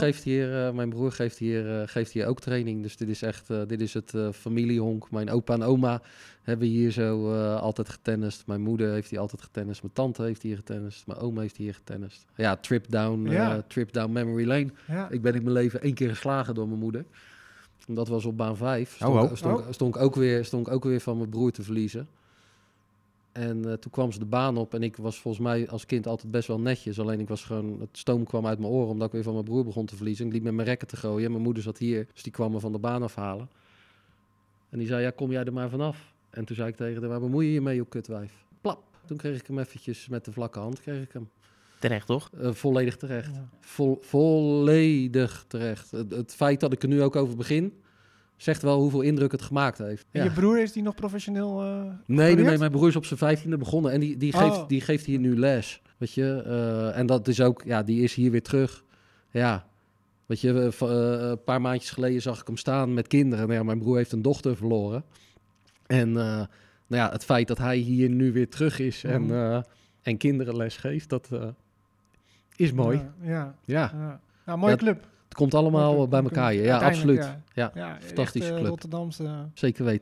geeft hier ook training. Dus dit is het familiehonk. Mijn opa en oma hebben hier zo altijd getennist. Mijn moeder heeft hier altijd getennist. Mijn tante heeft hier getennist. Mijn oom heeft hier getennist. Ja, trip down memory lane. Ja. Ik ben in mijn leven 1 keer geslagen door mijn moeder. En dat was op baan 5. Stond ik ook weer van mijn broer te verliezen. En toen kwam ze de baan op en ik was volgens mij als kind altijd best wel netjes. Alleen het stoom kwam uit mijn oren omdat ik weer van mijn broer begon te verliezen. Ik liep met mijn rekken te gooien en mijn moeder zat hier. Dus die kwam me van de baan afhalen. En die zei, ja, kom jij er maar vanaf. En toen zei ik tegen haar, waar bemoei je je mee, op kutwijf? Plap. Toen kreeg ik hem eventjes met de vlakke hand, Terecht, toch? Volledig terecht. Ja. Volledig terecht. Het feit dat ik er nu ook over begin, zegt wel hoeveel indruk het gemaakt heeft. En je broer, is die nog professioneel? Nee, mijn broer is op zijn 15e begonnen en die geeft hier nu les. Weet je, en dat is ook, ja, die is hier weer terug. Ja, weet je, een paar maandjes geleden zag ik hem staan met kinderen. Nou ja, mijn broer heeft een dochter verloren. En het feit dat hij hier nu weer terug is en kinderen les geeft, dat is mooi. Ja. Nou, mooie club. Het komt allemaal bij elkaar. Ja, absoluut. Ja, fantastische club. Rotterdamse. Zeker weten.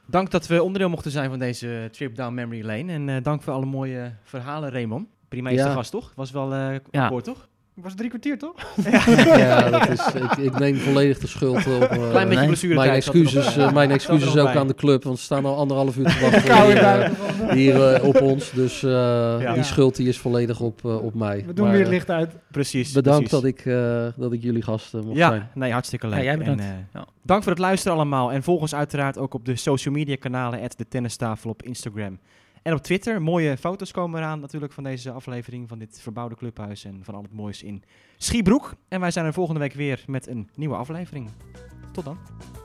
Dank dat we onderdeel mochten zijn van deze trip down memory lane. En dank voor alle mooie verhalen, Raymond. Prima eerste gast, toch? Was wel akkoord, toch? Was 3 kwartier, toch? Ja, dat is, ik neem volledig de schuld op. Klein beetje blessuretijd. Mijn excuses ook aan de club, want ze staan al 1,5 uur te wachten hier op ons. Dus die schuld die is volledig op mij. We doen weer het licht uit. Precies. Bedankt dat ik jullie gast mocht zijn. Nee, hartstikke leuk. Jij bedankt. Dank voor het luisteren allemaal. En volg ons uiteraard ook op de social media kanalen @detennistafel op Instagram. En op Twitter, mooie foto's komen eraan natuurlijk van deze aflevering, van dit verbouwde clubhuis en van al het moois in Schiebroek. En wij zijn er volgende week weer met een nieuwe aflevering. Tot dan.